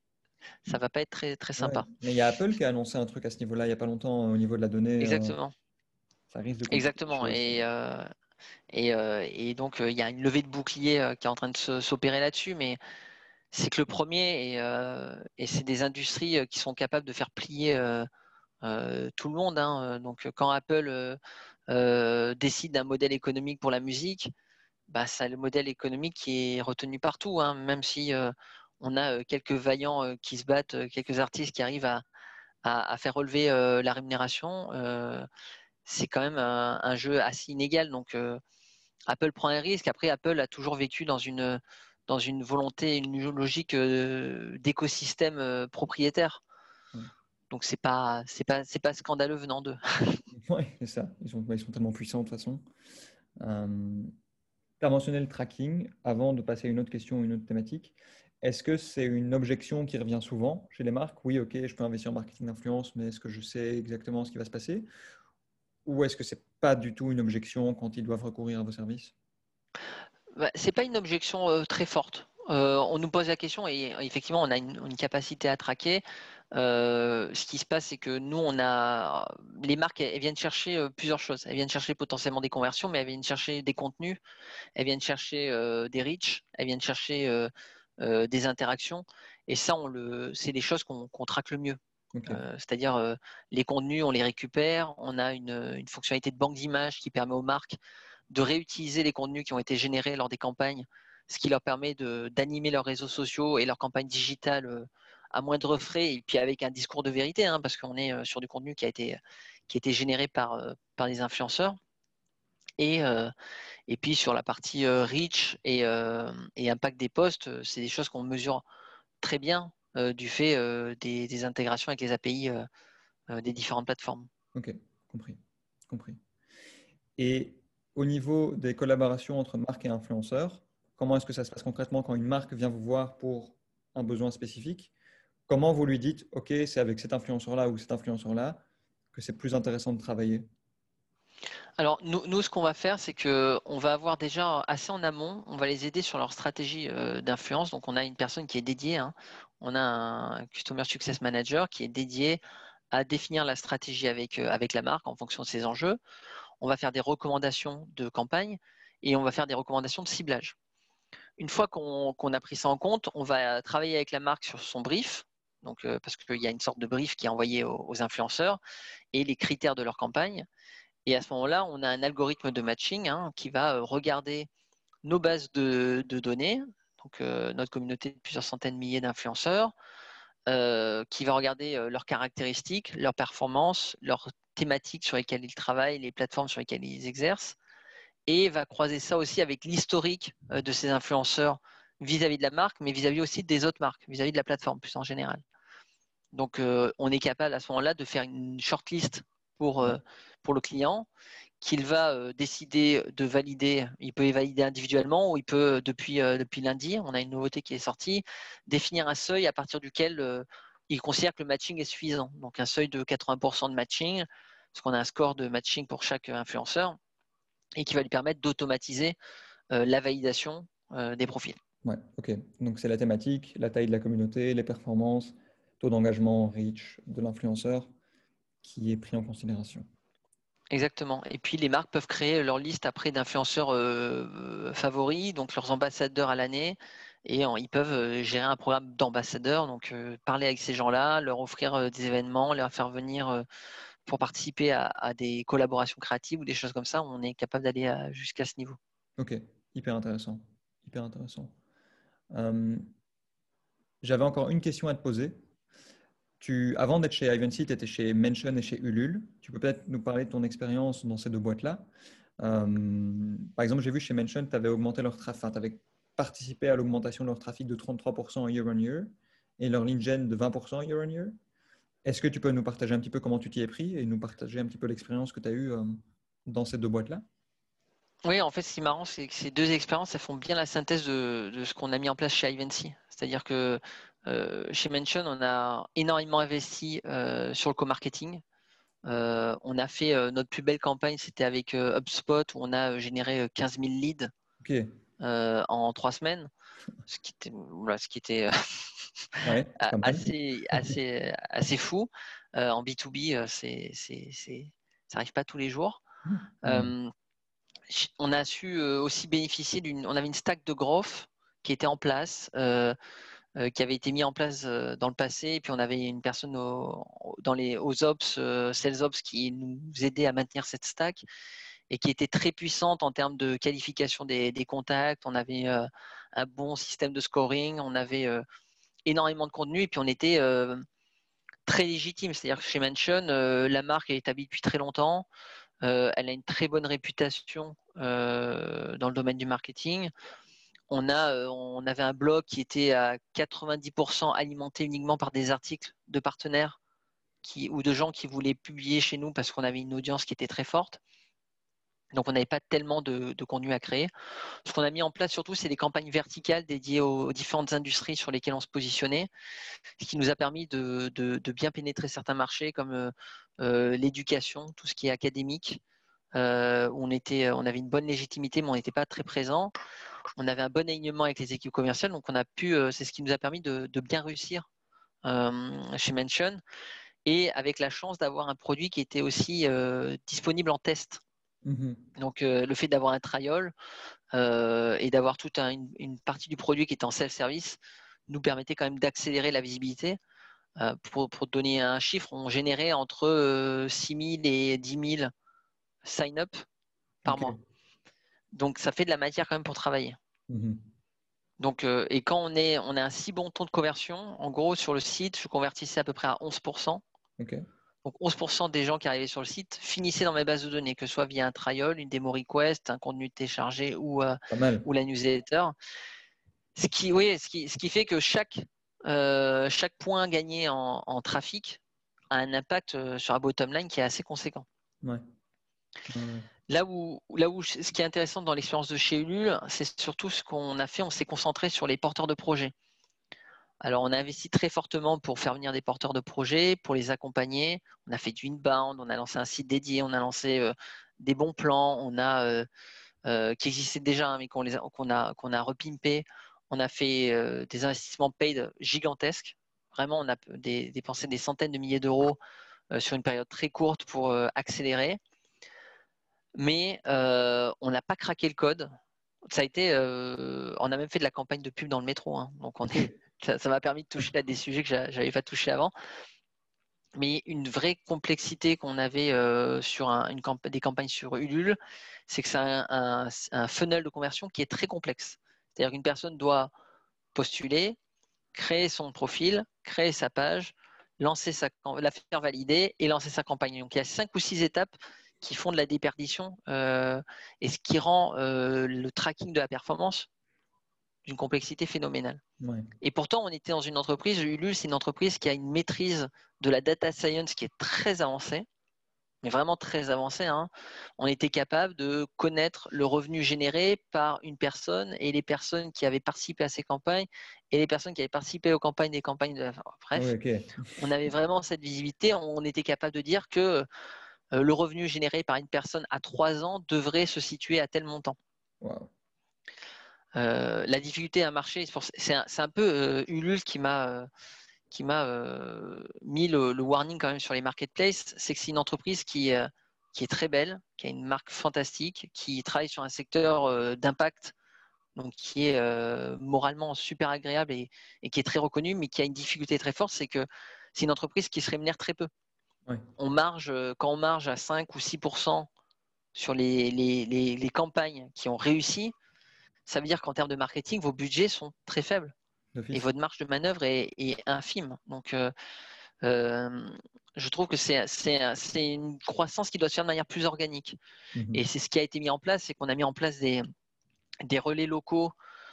[SPEAKER 2] Ça va pas être très, très sympa.
[SPEAKER 3] Ouais. Mais il y a Apple qui a annoncé un truc à ce niveau-là il n'y a pas longtemps au niveau de la donnée.
[SPEAKER 2] Exactement.
[SPEAKER 3] Euh, ça risque de compliquer
[SPEAKER 2] Exactement.
[SPEAKER 3] les choses.
[SPEAKER 2] Et, euh, et, euh, et donc, il euh, y a une levée de bouclier euh, qui est en train de s'opérer là-dessus, mais c'est que le premier, et, euh, et c'est des industries euh, qui sont capables de faire plier euh, euh, tout le monde. Hein. Donc, quand Apple euh, euh, décide d'un modèle économique pour la musique, bah, c'est le modèle économique qui est retenu partout, hein, même si euh, on a euh, quelques vaillants euh, qui se battent, euh, quelques artistes qui arrivent à, à, à faire relever euh, la rémunération. Euh, c'est quand même un, un jeu assez inégal. Donc, euh, Apple prend un risque. Après, Apple a toujours vécu dans une, dans une volonté, une logique euh, d'écosystème euh, propriétaire.
[SPEAKER 3] Ouais.
[SPEAKER 2] Donc, c'est pas, c'est pas, c'est pas scandaleux venant d'eux.
[SPEAKER 3] Oui, c'est ça. Ils sont, ils sont tellement puissants de toute façon. Euh, tu as mentionné le tracking. Avant de passer à une autre question, une autre thématique, est-ce que c'est une objection qui revient souvent chez les marques? Oui, ok, je peux investir en marketing d'influence, mais est-ce que je sais exactement ce qui va se passer? Ou est-ce que c'est pas du tout une objection quand ils doivent recourir à vos services?
[SPEAKER 2] Bah, c'est pas une objection euh, très forte. Euh, on nous pose la question et effectivement, on a une, une capacité à traquer. Euh, ce qui se passe, c'est que nous, on a les marques, elles, elles viennent chercher euh, plusieurs choses. Elles viennent chercher potentiellement des conversions, mais elles viennent chercher des contenus, elles viennent chercher euh, des reach, elles viennent chercher euh, euh, des interactions. Et ça, on le, c'est les choses qu'on qu'on traque le mieux.
[SPEAKER 3] Okay.
[SPEAKER 2] Euh, C'est-à-dire euh, les contenus, on les récupère. On a une, une fonctionnalité de banque d'images qui permet aux marques de réutiliser les contenus qui ont été générés lors des campagnes, ce qui leur permet de, d'animer leurs réseaux sociaux et leurs campagnes digitales euh, à moindre frais et puis avec un discours de vérité, hein, parce qu'on est euh, sur du contenu qui a été, qui a été généré par, euh, par des influenceurs. Et, euh, et puis sur la partie euh, reach et, euh, et impact des posts, euh, c'est des choses qu'on mesure très bien euh, du fait euh, des, des intégrations avec les A P I euh, euh, des différentes plateformes.
[SPEAKER 3] Ok, compris. compris. Et au niveau des collaborations entre marques et influenceurs, comment est-ce que ça se passe concrètement quand une marque vient vous voir pour un besoin spécifique? Comment vous lui dites, OK, c'est avec cet influenceur-là ou cet influenceur-là que c'est plus intéressant de travailler?
[SPEAKER 2] Alors nous, nous ce qu'on va faire, c'est qu'on va avoir déjà assez en amont, on va les aider sur leur stratégie euh, d'influence. Donc on a une personne qui est dédiée, hein. On a un Customer Success Manager qui est dédié à définir la stratégie avec, euh, avec la marque en fonction de ses enjeux. On va faire des recommandations de campagne et on va faire des recommandations de ciblage. Une fois qu'on qu'on a pris ça en compte, on va travailler avec la marque sur son brief, donc, euh, parce qu'il y a une sorte de brief qui est envoyé aux, aux influenceurs et les critères de leur campagne. Et à ce moment-là, on a un algorithme de matching hein, qui va euh, regarder nos bases de, de données, donc euh, notre communauté de plusieurs centaines de milliers d'influenceurs, euh, qui va regarder euh, leurs caractéristiques, leurs performances, leurs thématiques sur lesquelles ils travaillent, les plateformes sur lesquelles ils exercent, et va croiser ça aussi avec l'historique euh, de ces influenceurs vis-à-vis de la marque, mais vis-à-vis aussi des autres marques, vis-à-vis de la plateforme plus en général. Donc, euh, on est capable à ce moment-là de faire une shortlist pour, euh, pour le client qu'il va euh, décider de valider. Il peut y valider individuellement ou il peut, depuis, euh, depuis lundi, on a une nouveauté qui est sortie, définir un seuil à partir duquel euh, il considère que le matching est suffisant. Donc, un seuil de quatre-vingts pour cent de matching, parce qu'on a un score de matching pour chaque influenceur et qui va lui permettre d'automatiser euh, la validation euh, des profils.
[SPEAKER 3] Ouais, ok. Donc c'est la thématique, la taille de la communauté, les performances, taux d'engagement, reach de l'influenceur qui est pris en considération.
[SPEAKER 2] Exactement. Et puis les marques peuvent créer leur liste après d'influenceurs euh, favoris, donc leurs ambassadeurs à l'année, et en, ils peuvent euh, gérer un programme d'ambassadeurs, donc euh, parler avec ces gens-là, leur offrir euh, des événements, leur faire venir euh, pour participer à, à des collaborations créatives ou des choses comme ça. On est capable d'aller à- jusqu'à ce niveau.
[SPEAKER 3] Ok, hyper intéressant. Hyper intéressant. Euh, j'avais encore une question à te poser. Tu, avant d'être chez Ivancy, tu étais chez Mention et chez Ulule. Tu peux peut-être nous parler de ton expérience dans ces deux boîtes-là. Euh, par exemple, j'ai vu chez Mention, tu avais augmenté leur trafic, enfin, tu avais participé à l'augmentation de leur trafic de trente-trois pour cent year on year et leur lead gen de vingt pour cent year on year. Est-ce que tu peux nous partager un petit peu comment tu t'y es pris et nous partager un petit peu l'expérience que tu as eue euh, dans ces deux boîtes-là?
[SPEAKER 2] Oui, en fait, ce qui est marrant, c'est que ces deux expériences, elles font bien la synthèse de, de ce qu'on a mis en place chez Ivancy. C'est-à-dire que euh, chez Mention, on a énormément investi euh, sur le co-marketing. Euh, on a fait euh, notre plus belle campagne, c'était avec euh, HubSpot, où on a euh, généré euh, quinze mille leads
[SPEAKER 3] Ok,
[SPEAKER 2] euh, en trois semaines, ce qui était, voilà, ce qui était euh,
[SPEAKER 3] ouais, c'est pas mal.
[SPEAKER 2] assez, assez, assez fou. Euh, en B deux B, euh, c'est, c'est, c'est, ça n'arrive pas tous les jours.
[SPEAKER 3] Hmm.
[SPEAKER 2] Euh, on a su euh, aussi bénéficier d'une. On avait une stack de growth qui était en place, euh, euh, qui avait été mis en place euh, dans le passé. Et puis on avait une personne au- dans les aux ops, euh, sales ops, qui nous aidait à maintenir cette stack et qui était très puissante en termes de qualification des, des contacts. On avait euh, un bon système de scoring, on avait euh, énormément de contenu et puis on était euh, très légitime. C'est-à-dire que chez Mention, euh, la marque est établie depuis très longtemps. Euh, elle a une très bonne réputation euh, dans le domaine du marketing. On, a, euh, on avait un blog qui était à quatre-vingt-dix pour cent alimenté uniquement par des articles de partenaires qui, ou de gens qui voulaient publier chez nous parce qu'on avait une audience qui était très forte. Donc on n'avait pas tellement de, de contenu à créer. Ce qu'on a mis en place surtout, c'est des campagnes verticales dédiées aux, aux différentes industries sur lesquelles on se positionnait, ce qui nous a permis de, de, de bien pénétrer certains marchés comme euh, euh, l'éducation, tout ce qui est académique, euh, où on, était, on avait une bonne légitimité, mais on n'était pas très présent. On avait un bon alignement avec les équipes commerciales, donc on a pu, euh, c'est ce qui nous a permis de, de bien réussir euh, chez Mention, et avec la chance d'avoir un produit qui était aussi euh, disponible en test.
[SPEAKER 3] Mhm.
[SPEAKER 2] Donc euh, le fait d'avoir un trial euh, et d'avoir toute un, une, une partie du produit qui était en self-service nous permettait quand même d'accélérer la visibilité. Euh, pour, pour donner un chiffre, on générait entre euh, six mille et dix mille sign-up par
[SPEAKER 3] Ok,
[SPEAKER 2] mois. Donc, ça fait de la matière quand même pour travailler.
[SPEAKER 3] Mhm.
[SPEAKER 2] Donc, euh, et quand on est, on a un si bon taux de conversion, en gros, sur le site, je convertissais à peu près à onze pour cent.
[SPEAKER 3] Ok.
[SPEAKER 2] Donc, onze pour cent des gens qui arrivaient sur le site finissaient dans mes bases de données, que ce soit via un trial, une démo request, un contenu téléchargé ou, euh,
[SPEAKER 3] Pas mal.
[SPEAKER 2] ou la newsletter. Ce qui, oui, ce qui, ce qui fait que chaque, euh, chaque point gagné en, en trafic a un impact euh, sur la bottom line qui est assez conséquent.
[SPEAKER 3] Ouais. Ouais.
[SPEAKER 2] Là où, là où ce qui est intéressant dans l'expérience de chez Ulule, c'est surtout ce qu'on a fait, on s'est concentré sur les porteurs de projets. Alors, on a investi très fortement pour faire venir des porteurs de projets, pour les accompagner. On a fait du inbound, on a lancé un site dédié, on a lancé euh, des bons plans, on a euh, euh, qui existaient déjà, hein, mais qu'on les a, qu'on a, qu'on a repimpé. On a fait euh, des investissements paid gigantesques. Vraiment, on a des, dépensé des centaines de milliers d'euros euh, sur une période très courte pour euh, accélérer. Mais euh, on n'a pas craqué le code. Ça a été, euh, on a même fait de la campagne de pub dans le métro. Hein. Donc on est, ça, ça m'a permis de toucher là des sujets que j'avais pas touché avant. Mais une vraie complexité qu'on avait euh, sur un, une camp des campagnes sur Ulule, c'est que c'est un, un, un funnel de conversion qui est très complexe. C'est-à-dire qu'une personne doit postuler, créer son profil, créer sa page, lancer sa, la faire valider et lancer sa campagne. Donc il y a cinq ou six étapes qui font de la déperdition euh, et ce qui rend euh, le tracking de la performance d'une complexité phénoménale.
[SPEAKER 3] Ouais.
[SPEAKER 2] Et pourtant, on était dans une entreprise, Ulule, c'est une entreprise qui a une maîtrise de la data science qui est très avancée, mais vraiment très avancée. Hein. On était capable de connaître le revenu généré par une personne et les personnes qui avaient participé à ces campagnes et les personnes qui avaient participé aux campagnes des campagnes de la... Bref,
[SPEAKER 3] Ouais, okay.
[SPEAKER 2] on avait vraiment cette visibilité. On était capable de dire que euh, le revenu généré par une personne à trois ans devrait se situer à tel montant.
[SPEAKER 3] Wow.
[SPEAKER 2] Euh, la difficulté à marcher, c'est un, un peu euh, Ulule qui m'a euh, qui m'a euh, mis le, le warning quand même sur les marketplaces, c'est que c'est une entreprise qui, euh, qui est très belle, qui a une marque fantastique, qui travaille sur un secteur euh, d'impact, donc qui est euh, moralement super agréable et, et qui est très reconnu, mais qui a une difficulté très forte, c'est que c'est une entreprise qui se rémunère très peu.
[SPEAKER 3] Ouais.
[SPEAKER 2] On marge, quand on marge à cinq ou six pour cent sur les, les, les, les campagnes qui ont réussi, ça veut dire qu'en termes de marketing, vos budgets sont très faibles et votre marge de manœuvre est, est infime. Donc, euh, euh, je trouve que c'est, c'est, c'est une croissance qui doit se faire de manière plus organique.
[SPEAKER 3] Mm-hmm.
[SPEAKER 2] Et c'est ce qui a été mis en place, c'est qu'on a mis en place des, des relais locaux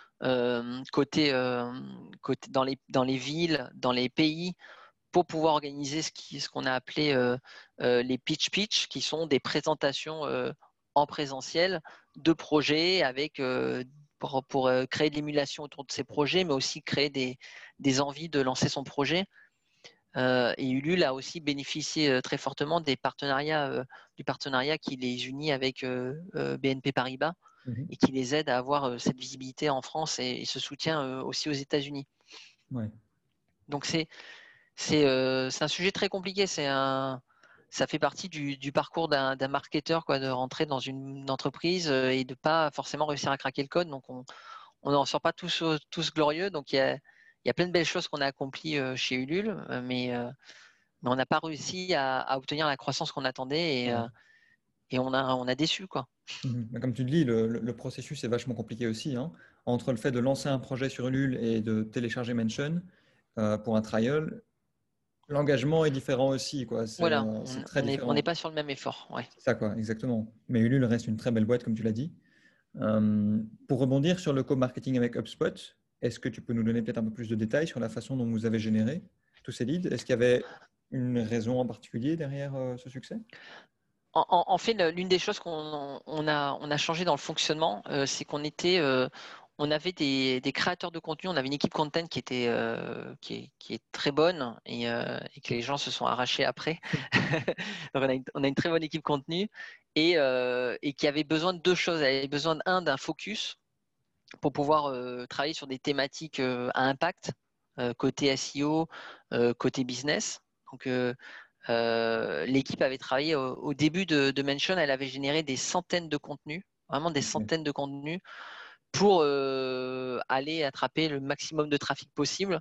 [SPEAKER 2] euh, côté, euh, côté dans, les, dans les villes, dans les pays, pour pouvoir organiser ce, qui, ce qu'on a appelé euh, euh, les pitch pitch, qui sont des présentations euh, en présentiel de projets avec euh, pour, pour euh, créer de l'émulation autour de ces projets, mais aussi créer des, des envies de lancer son projet. Euh, et Ulule a aussi bénéficié euh, très fortement des partenariats, euh, du partenariat qui les unit avec euh, euh, B N P Paribas
[SPEAKER 3] mm-hmm.
[SPEAKER 2] et qui les aide à avoir euh, cette visibilité en France et, et ce soutien euh, aussi aux États-Unis.
[SPEAKER 3] Ouais.
[SPEAKER 2] Donc c'est c'est euh, c'est un sujet très compliqué. C'est un ça fait partie du, du parcours d'un, d'un marketeur, quoi, de rentrer dans une entreprise euh, et de pas forcément réussir à craquer le code. Donc on on n'en sort pas tous tous glorieux. Donc il y a il y a plein de belles choses qu'on a accomplies euh, chez Ulule, mais euh, mais on n'a pas réussi à, à obtenir la croissance qu'on attendait et,
[SPEAKER 3] Ouais.
[SPEAKER 2] euh, et on, a, on a déçu, quoi.
[SPEAKER 3] Mm-hmm. Comme tu le dis, le, le processus est vachement compliqué aussi. Hein. Entre le fait de lancer un projet sur Ulule et de télécharger Mention euh, pour un trial, l'engagement est différent aussi. Quoi. C'est,
[SPEAKER 2] Voilà,
[SPEAKER 3] euh, c'est très
[SPEAKER 2] on n'est
[SPEAKER 3] différent.
[SPEAKER 2] pas sur le même effort. Ouais.
[SPEAKER 3] C'est ça, quoi, exactement. Mais Ulule reste une très belle boîte, comme tu l'as dit. Euh, pour rebondir sur le co-marketing avec HubSpot, est-ce que tu peux nous donner peut-être un peu plus de détails sur la façon dont vous avez généré tous ces leads? Est-ce qu'il y avait une raison en particulier derrière euh, ce succès?
[SPEAKER 2] En, en, en fait, l'une des choses qu'on on a, on a changé dans le fonctionnement, euh, c'est qu'on était, euh, on avait des, des créateurs de contenu, on avait une équipe content qui était, euh, qui, est, qui est très bonne et, euh, et que les gens se sont arrachés après. Donc on a, une, on a une très bonne équipe contenu et, euh, et qui avait besoin de deux choses. Elle avait besoin d'un d'un focus pour pouvoir euh, travailler sur des thématiques euh, à impact euh, côté S E O, euh, côté business. Donc euh, euh, l'équipe avait travaillé au, au début de, de Mention, elle avait généré des centaines de contenus, vraiment des centaines de contenus pour euh, aller attraper le maximum de trafic possible.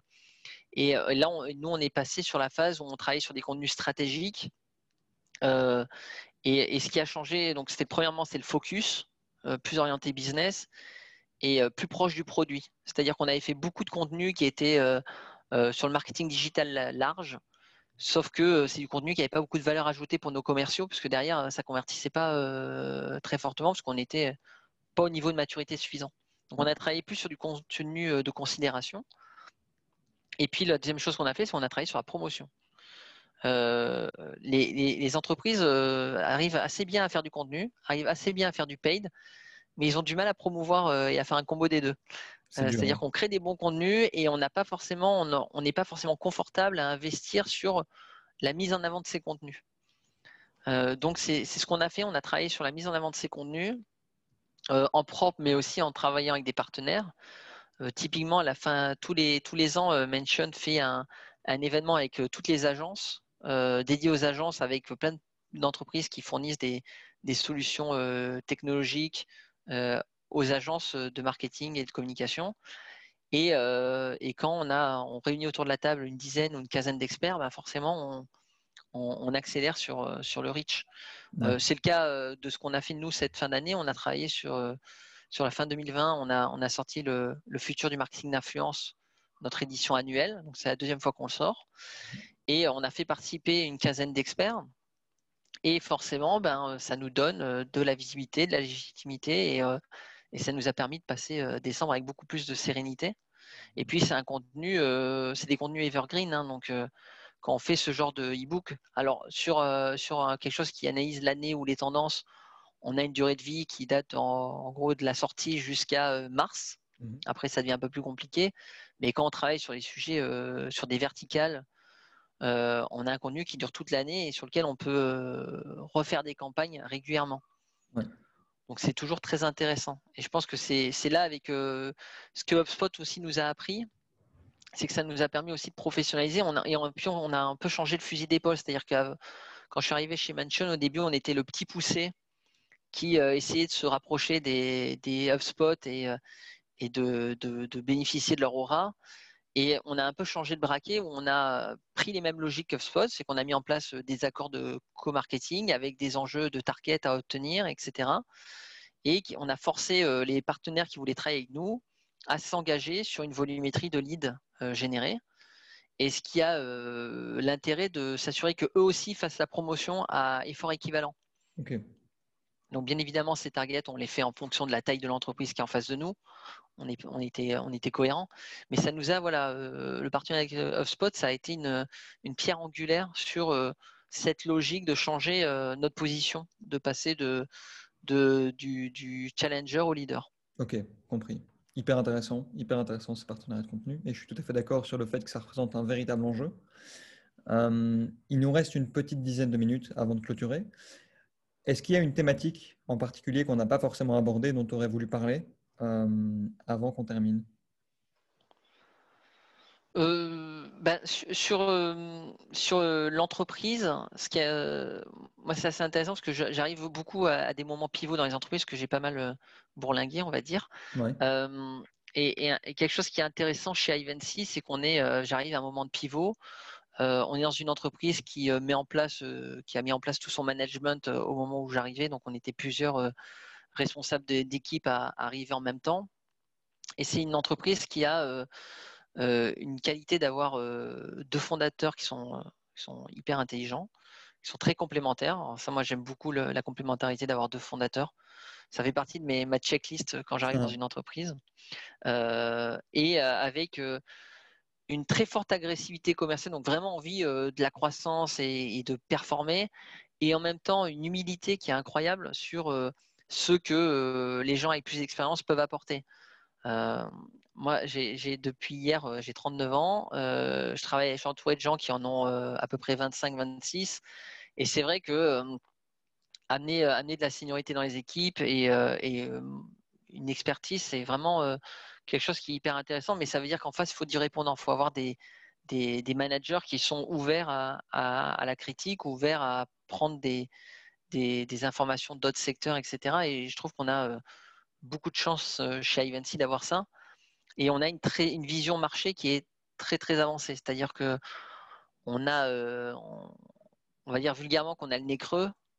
[SPEAKER 2] Et euh, là, on, nous, on est passé sur la phase où on travaillait sur des contenus stratégiques. Euh, et, et ce qui a changé, donc c'était premièrement, c'est le focus. euh, plus orienté business et euh, plus proche du produit. C'est-à-dire qu'on avait fait beaucoup de contenu qui était euh, euh, sur le marketing digital large, sauf que euh, c'est du contenu qui n'avait pas beaucoup de valeur ajoutée pour nos commerciaux, parce que derrière, ça ne convertissait pas euh, très fortement, parce qu'on n'était pas au niveau de maturité suffisant. Donc, on a travaillé plus sur du contenu euh, de considération. Et puis, la deuxième chose qu'on a fait, c'est qu'on a travaillé sur la promotion. Euh, les, les, les entreprises euh, arrivent assez bien à faire du contenu, arrivent assez bien à faire du paid, mais ils ont du mal à promouvoir euh, et à faire un combo des deux.
[SPEAKER 3] C'est
[SPEAKER 2] Euh,
[SPEAKER 3] dur.
[SPEAKER 2] c'est-à-dire
[SPEAKER 3] Hein.
[SPEAKER 2] qu'on crée des bons contenus et on n'a pas forcément, on n'est pas forcément confortable à investir sur la mise en avant de ces contenus. Euh, donc c'est ce qu'on a fait. On a travaillé sur la mise en avant de ces contenus euh, en propre, mais aussi en travaillant avec des partenaires. Euh, typiquement, à la fin, tous les tous les ans, euh, Mention fait un, un événement avec euh, toutes les agences, euh, dédié aux agences, avec plein d'entreprises qui fournissent des, des solutions euh, technologiques euh, aux agences de marketing et de communication. Et, euh, et quand on a on réunit autour de la table une dizaine ou une quinzaine d'experts, ben forcément on, on, on, accélère sur, sur le reach.
[SPEAKER 3] Ouais.
[SPEAKER 2] Euh, c'est le cas euh, de ce qu'on a fait nous cette fin d'année. On a travaillé sur, euh, sur la fin deux mille vingt, on a, on a sorti le, le futur du marketing d'influence, notre édition annuelle. Donc c'est la deuxième fois qu'on le sort. Et on a fait participer une quinzaine d'experts. Et forcément, ben, ça nous donne de la visibilité, de la légitimité. Et, euh, et ça nous a permis de passer euh, décembre avec beaucoup plus de sérénité. Et puis c'est un contenu, euh, c'est des contenus evergreen, hein, donc euh, quand on fait ce genre de e-book, alors sur euh, sur euh, quelque chose qui analyse l'année ou les tendances, on a une durée de vie qui date en, en gros de la sortie jusqu'à euh, mars.
[SPEAKER 3] Mhm.
[SPEAKER 2] Après ça devient un peu plus compliqué, mais quand on travaille sur les sujets, euh, sur des verticales, euh, on a un contenu qui dure toute l'année et sur lequel on peut euh, refaire des campagnes régulièrement.
[SPEAKER 3] Ouais.
[SPEAKER 2] Donc c'est toujours très intéressant. Et je pense que c'est là avec euh, ce que HubSpot aussi nous a appris, c'est que ça nous a permis aussi de professionnaliser. On a, et on, puis on a un peu changé le fusil d'épaule. C'est-à-dire que quand je suis arrivé chez Mention, au début, on était le petit poussé qui euh, essayait de se rapprocher des, des HubSpot et, euh, et de, de, de bénéficier de leur aura. Et on a un peu changé de braquet où on a pris les mêmes logiques qu'HubSpot, c'est qu'on a mis en place des accords de co-marketing avec des enjeux de target à obtenir, et cetera. Et on a forcé euh, les partenaires qui voulaient travailler avec nous à s'engager sur une volumétrie de leads euh, générés. Et ce qui a euh, l'intérêt de s'assurer qu'eux aussi fassent la promotion à effort équivalent.
[SPEAKER 3] Okay.
[SPEAKER 2] Donc bien évidemment, ces targets, on les fait en fonction de la taille de l'entreprise qui est en face de nous. On, est, on, était, on était cohérent. Mais ça nous a, voilà, euh, le partenariat avec HubSpot, ça a été une, une pierre angulaire sur euh, cette logique de changer euh, notre position, de passer de, de, du, du challenger au leader.
[SPEAKER 3] Ok, compris. Hyper intéressant, hyper intéressant ce partenariat de contenu. Et je suis tout à fait d'accord sur le fait que ça représente un véritable enjeu. Euh, il nous reste une petite dizaine de minutes avant de clôturer. Est-ce qu'il y a une thématique en particulier qu'on n'a pas forcément abordée, dont tu aurais voulu parler euh, avant qu'on termine?
[SPEAKER 2] Euh, ben, sur sur, euh, sur euh, l'entreprise, ce qui est, euh, moi c'est assez intéressant parce que j'arrive beaucoup à, à des moments pivots dans les entreprises que j'ai pas mal euh, bourlingué, on va dire.
[SPEAKER 3] Ouais.
[SPEAKER 2] Euh, et, et, et quelque chose qui est intéressant chez Ivancy, c'est qu'on est, euh, j'arrive à un moment de pivot. Euh, on est dans une entreprise qui euh, met en place, euh, qui a mis en place tout son management euh, au moment où j'arrivais. Donc on était plusieurs euh, responsables d'équipe à, à arriver en même temps. Et c'est une entreprise qui a euh, euh, une qualité d'avoir euh, deux fondateurs qui sont, euh, qui sont hyper intelligents, qui sont très complémentaires. Alors ça, moi, j'aime beaucoup le, la complémentarité d'avoir deux fondateurs. Ça fait partie de mes, ma checklist quand j'arrive
[SPEAKER 3] Ah.
[SPEAKER 2] dans une entreprise. Euh, et euh, avec euh, une très forte agressivité commerciale, donc vraiment envie euh, de la croissance et, et, de performer, et en même temps une humilité qui est incroyable sur euh, ce que euh, les gens avec plus d'expérience peuvent apporter. Euh, moi, j'ai depuis hier, euh, j'ai trente-neuf ans. Euh, je travaille, je suis entouré de gens qui en ont euh, à peu près vingt-cinq, vingt-six. Et c'est vrai que euh, amener, euh, amener de la seniorité dans les équipes et, euh, et euh, une expertise, c'est vraiment euh, quelque chose qui est hyper intéressant. Mais ça veut dire qu'en face, il faut du répondant. Il faut avoir des, des, des managers qui sont ouverts à, à, à la critique, ouverts à prendre des, des, des informations d'autres secteurs, et cetera. Et je trouve qu'on a euh, beaucoup de chance euh, chez Ivancy d'avoir ça. Et on a une, très, une vision marché qui est très très avancée. C'est-à-dire que on a, euh, on, on va dire vulgairement qu'on a le nez creux.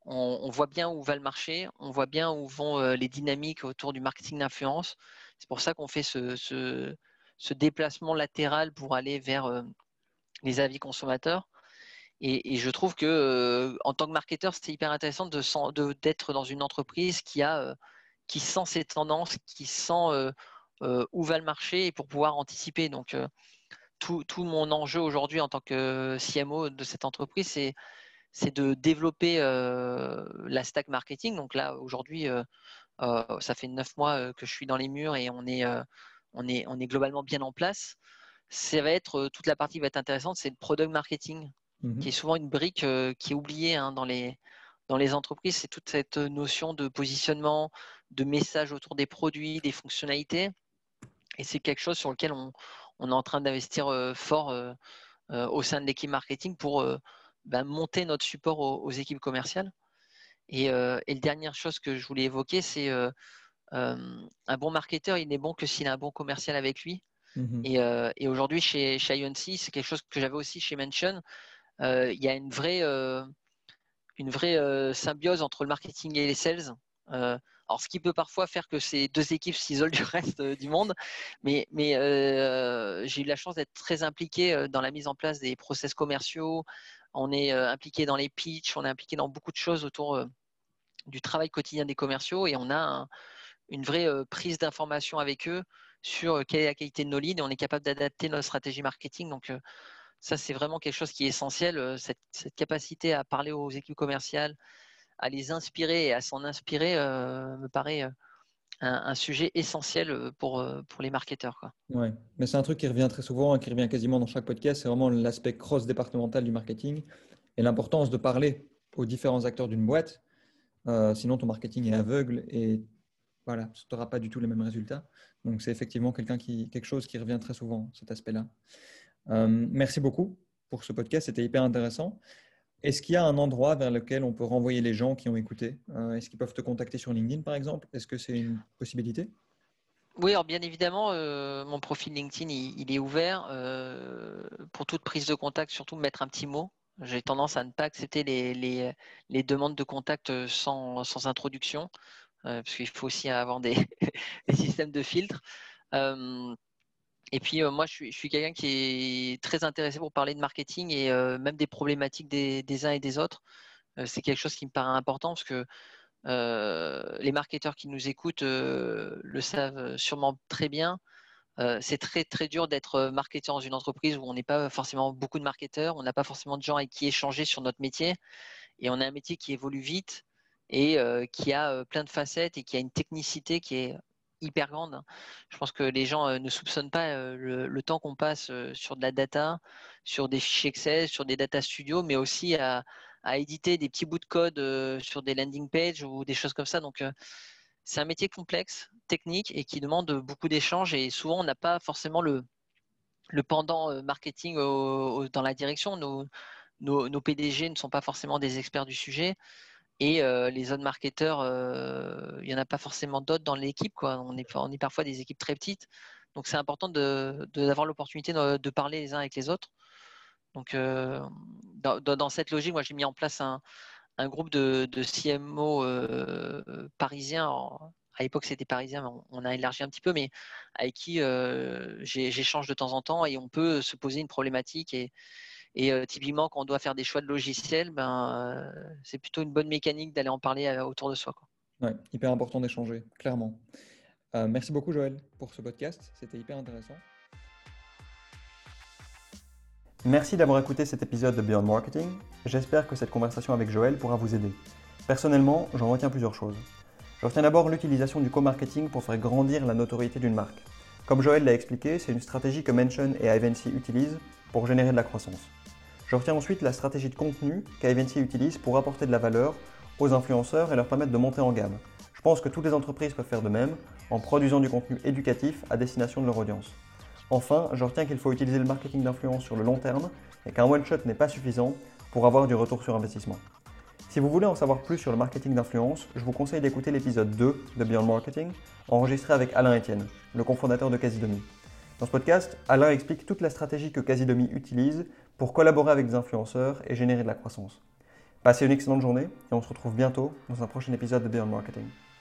[SPEAKER 2] on, on voit bien où va le marché, on voit bien où vont euh, les dynamiques autour du marketing d'influence. C'est pour ça qu'on fait ce, ce, ce déplacement latéral pour aller vers euh, les avis consommateurs. Et, et je trouve que euh, en tant que marketeur, c'est hyper intéressant de, de, d'être dans une entreprise qui, a, euh, qui sent ses tendances, qui sent euh, euh, où va le marché et pour pouvoir anticiper. Donc, euh, tout, tout mon enjeu aujourd'hui en tant que C M O de cette entreprise, c'est c'est de développer euh, la stack marketing. Donc là, aujourd'hui, euh, euh, ça fait neuf mois euh, que je suis dans les murs et on est, euh, on est, on est globalement bien en place. Ça va être, euh, toute la partie qui va être intéressante, c'est le product marketing,
[SPEAKER 3] Mhm.
[SPEAKER 2] qui est souvent une brique euh, qui est oubliée hein, dans, les, dans les entreprises. C'est toute cette notion de positionnement, de message autour des produits, des fonctionnalités. Et c'est quelque chose sur lequel on, on est en train d'investir euh, fort euh, euh, au sein de l'équipe marketing pour euh, bah, monter notre support aux, aux équipes commerciales. Et, euh, et la dernière chose que je voulais évoquer, c'est euh, euh, un bon marketeur, il n'est bon que s'il a un bon commercial avec lui.
[SPEAKER 3] Mhm.
[SPEAKER 2] Et, euh, et aujourd'hui, chez, chez I O N C, c'est quelque chose que j'avais aussi chez Mention. Euh, il y a une vraie, euh, une vraie euh, symbiose entre le marketing et les sales. Euh, alors, ce qui peut parfois faire que ces deux équipes s'isolent du reste euh, du monde, mais, mais euh, j'ai eu la chance d'être très impliqué euh, dans la mise en place des process commerciaux. On est euh, impliqué dans les pitchs, on est impliqué dans beaucoup de choses autour euh, du travail quotidien des commerciaux et on a un, une vraie euh, prise d'information avec eux sur euh, quelle est la qualité de nos leads et on est capable d'adapter notre stratégie marketing. Donc, euh, ça, c'est vraiment quelque chose qui est essentiel, euh, cette, cette capacité à parler aux équipes commerciales, à les inspirer et à s'en inspirer euh, me paraît euh, un, un sujet essentiel euh, pour, euh, pour les marketeurs, quoi.
[SPEAKER 3] Ouais, mais c'est un truc qui revient très souvent et qui revient quasiment dans chaque podcast, c'est vraiment l'aspect cross-départemental du marketing et l'importance de parler aux différents acteurs d'une boîte. Euh, sinon, ton marketing est aveugle et voilà, tu n'auras pas du tout les mêmes résultats. Donc, c'est effectivement quelqu'un qui, quelque chose qui revient très souvent, cet aspect-là. Euh, merci beaucoup pour ce podcast, c'était hyper intéressant. Est-ce qu'il y a un endroit vers lequel on peut renvoyer les gens qui ont écouté? Euh, Est-ce qu'ils peuvent te contacter sur LinkedIn, par exemple? Est-ce que c'est une possibilité?
[SPEAKER 2] Oui, alors bien évidemment, euh, mon profil LinkedIn, il, il est ouvert euh, pour toute prise de contact, surtout mettre un petit mot. J'ai tendance à ne pas accepter les, les, les demandes de contact sans, sans introduction, euh, parce qu'il faut aussi avoir des, des systèmes de filtre. Euh, et puis, euh, moi, je suis, je suis quelqu'un qui est très intéressé pour parler de marketing et euh, même des problématiques des, des uns et des autres. Euh, c'est quelque chose qui me paraît important parce que euh, les marketeurs qui nous écoutent euh, le savent sûrement très bien. Euh, c'est très très dur d'être marketeur dans une entreprise où on n'est pas forcément beaucoup de marketeurs, on n'a pas forcément de gens avec qui échanger sur notre métier et on a un métier qui évolue vite et euh, qui a euh, plein de facettes et qui a une technicité qui est hyper grande. Je pense que les gens euh, ne soupçonnent pas euh, le, le temps qu'on passe euh, sur de la data, sur des fichiers Excel, sur des data studios, mais aussi à, à éditer des petits bouts de code euh, sur des landing pages ou des choses comme ça. Donc, euh, c'est un métier complexe, technique et qui demande beaucoup d'échanges et souvent on n'a pas forcément le, le pendant euh, marketing au, au, dans la direction. Nos, nos, nos P D G ne sont pas forcément des experts du sujet et euh, les autres marketeurs, euh, il n'y en a pas forcément d'autres dans l'équipe, quoi. On est, on est parfois des équipes très petites. Donc c'est important de, de, d'avoir l'opportunité de, de parler les uns avec les autres. Donc euh, dans, dans, cette logique, moi j'ai mis en place un, un groupe de, de C M O euh, parisiens. En, à l'époque, c'était parisien, mais on, on a élargi un petit peu, mais avec qui euh, j'échange de temps en temps et on peut se poser une problématique. Et, et euh, typiquement, quand on doit faire des choix de logiciels, ben, euh, c'est plutôt une bonne mécanique d'aller en parler euh, autour de soi, quoi.
[SPEAKER 3] Ouais, hyper important d'échanger, clairement. Euh, merci beaucoup, Joël, pour ce podcast. C'était hyper intéressant.
[SPEAKER 1] Merci d'avoir écouté cet épisode de Beyond Marketing. J'espère que cette conversation avec Joël pourra vous aider. Personnellement, j'en retiens plusieurs choses. Je retiens d'abord l'utilisation du co-marketing pour faire grandir la notoriété d'une marque. Comme Joël l'a expliqué, c'est une stratégie que Mention et Ivancy utilisent pour générer de la croissance. Je retiens ensuite la stratégie de contenu qu'Ivancy utilise pour apporter de la valeur aux influenceurs et leur permettre de monter en gamme. Je pense que toutes les entreprises peuvent faire de même en produisant du contenu éducatif à destination de leur audience. Enfin, je retiens qu'il faut utiliser le marketing d'influence sur le long terme et qu'un one-shot n'est pas suffisant pour avoir du retour sur investissement. Si vous voulez en savoir plus sur le marketing d'influence, je vous conseille d'écouter l'épisode deux de Beyond Marketing, enregistré avec Alain Etienne, le cofondateur de Casidomi. Dans ce podcast, Alain explique toute la stratégie que Casidomi utilise pour collaborer avec des influenceurs et générer de la croissance. Passez une excellente journée et on se retrouve bientôt dans un prochain épisode de Beyond Marketing.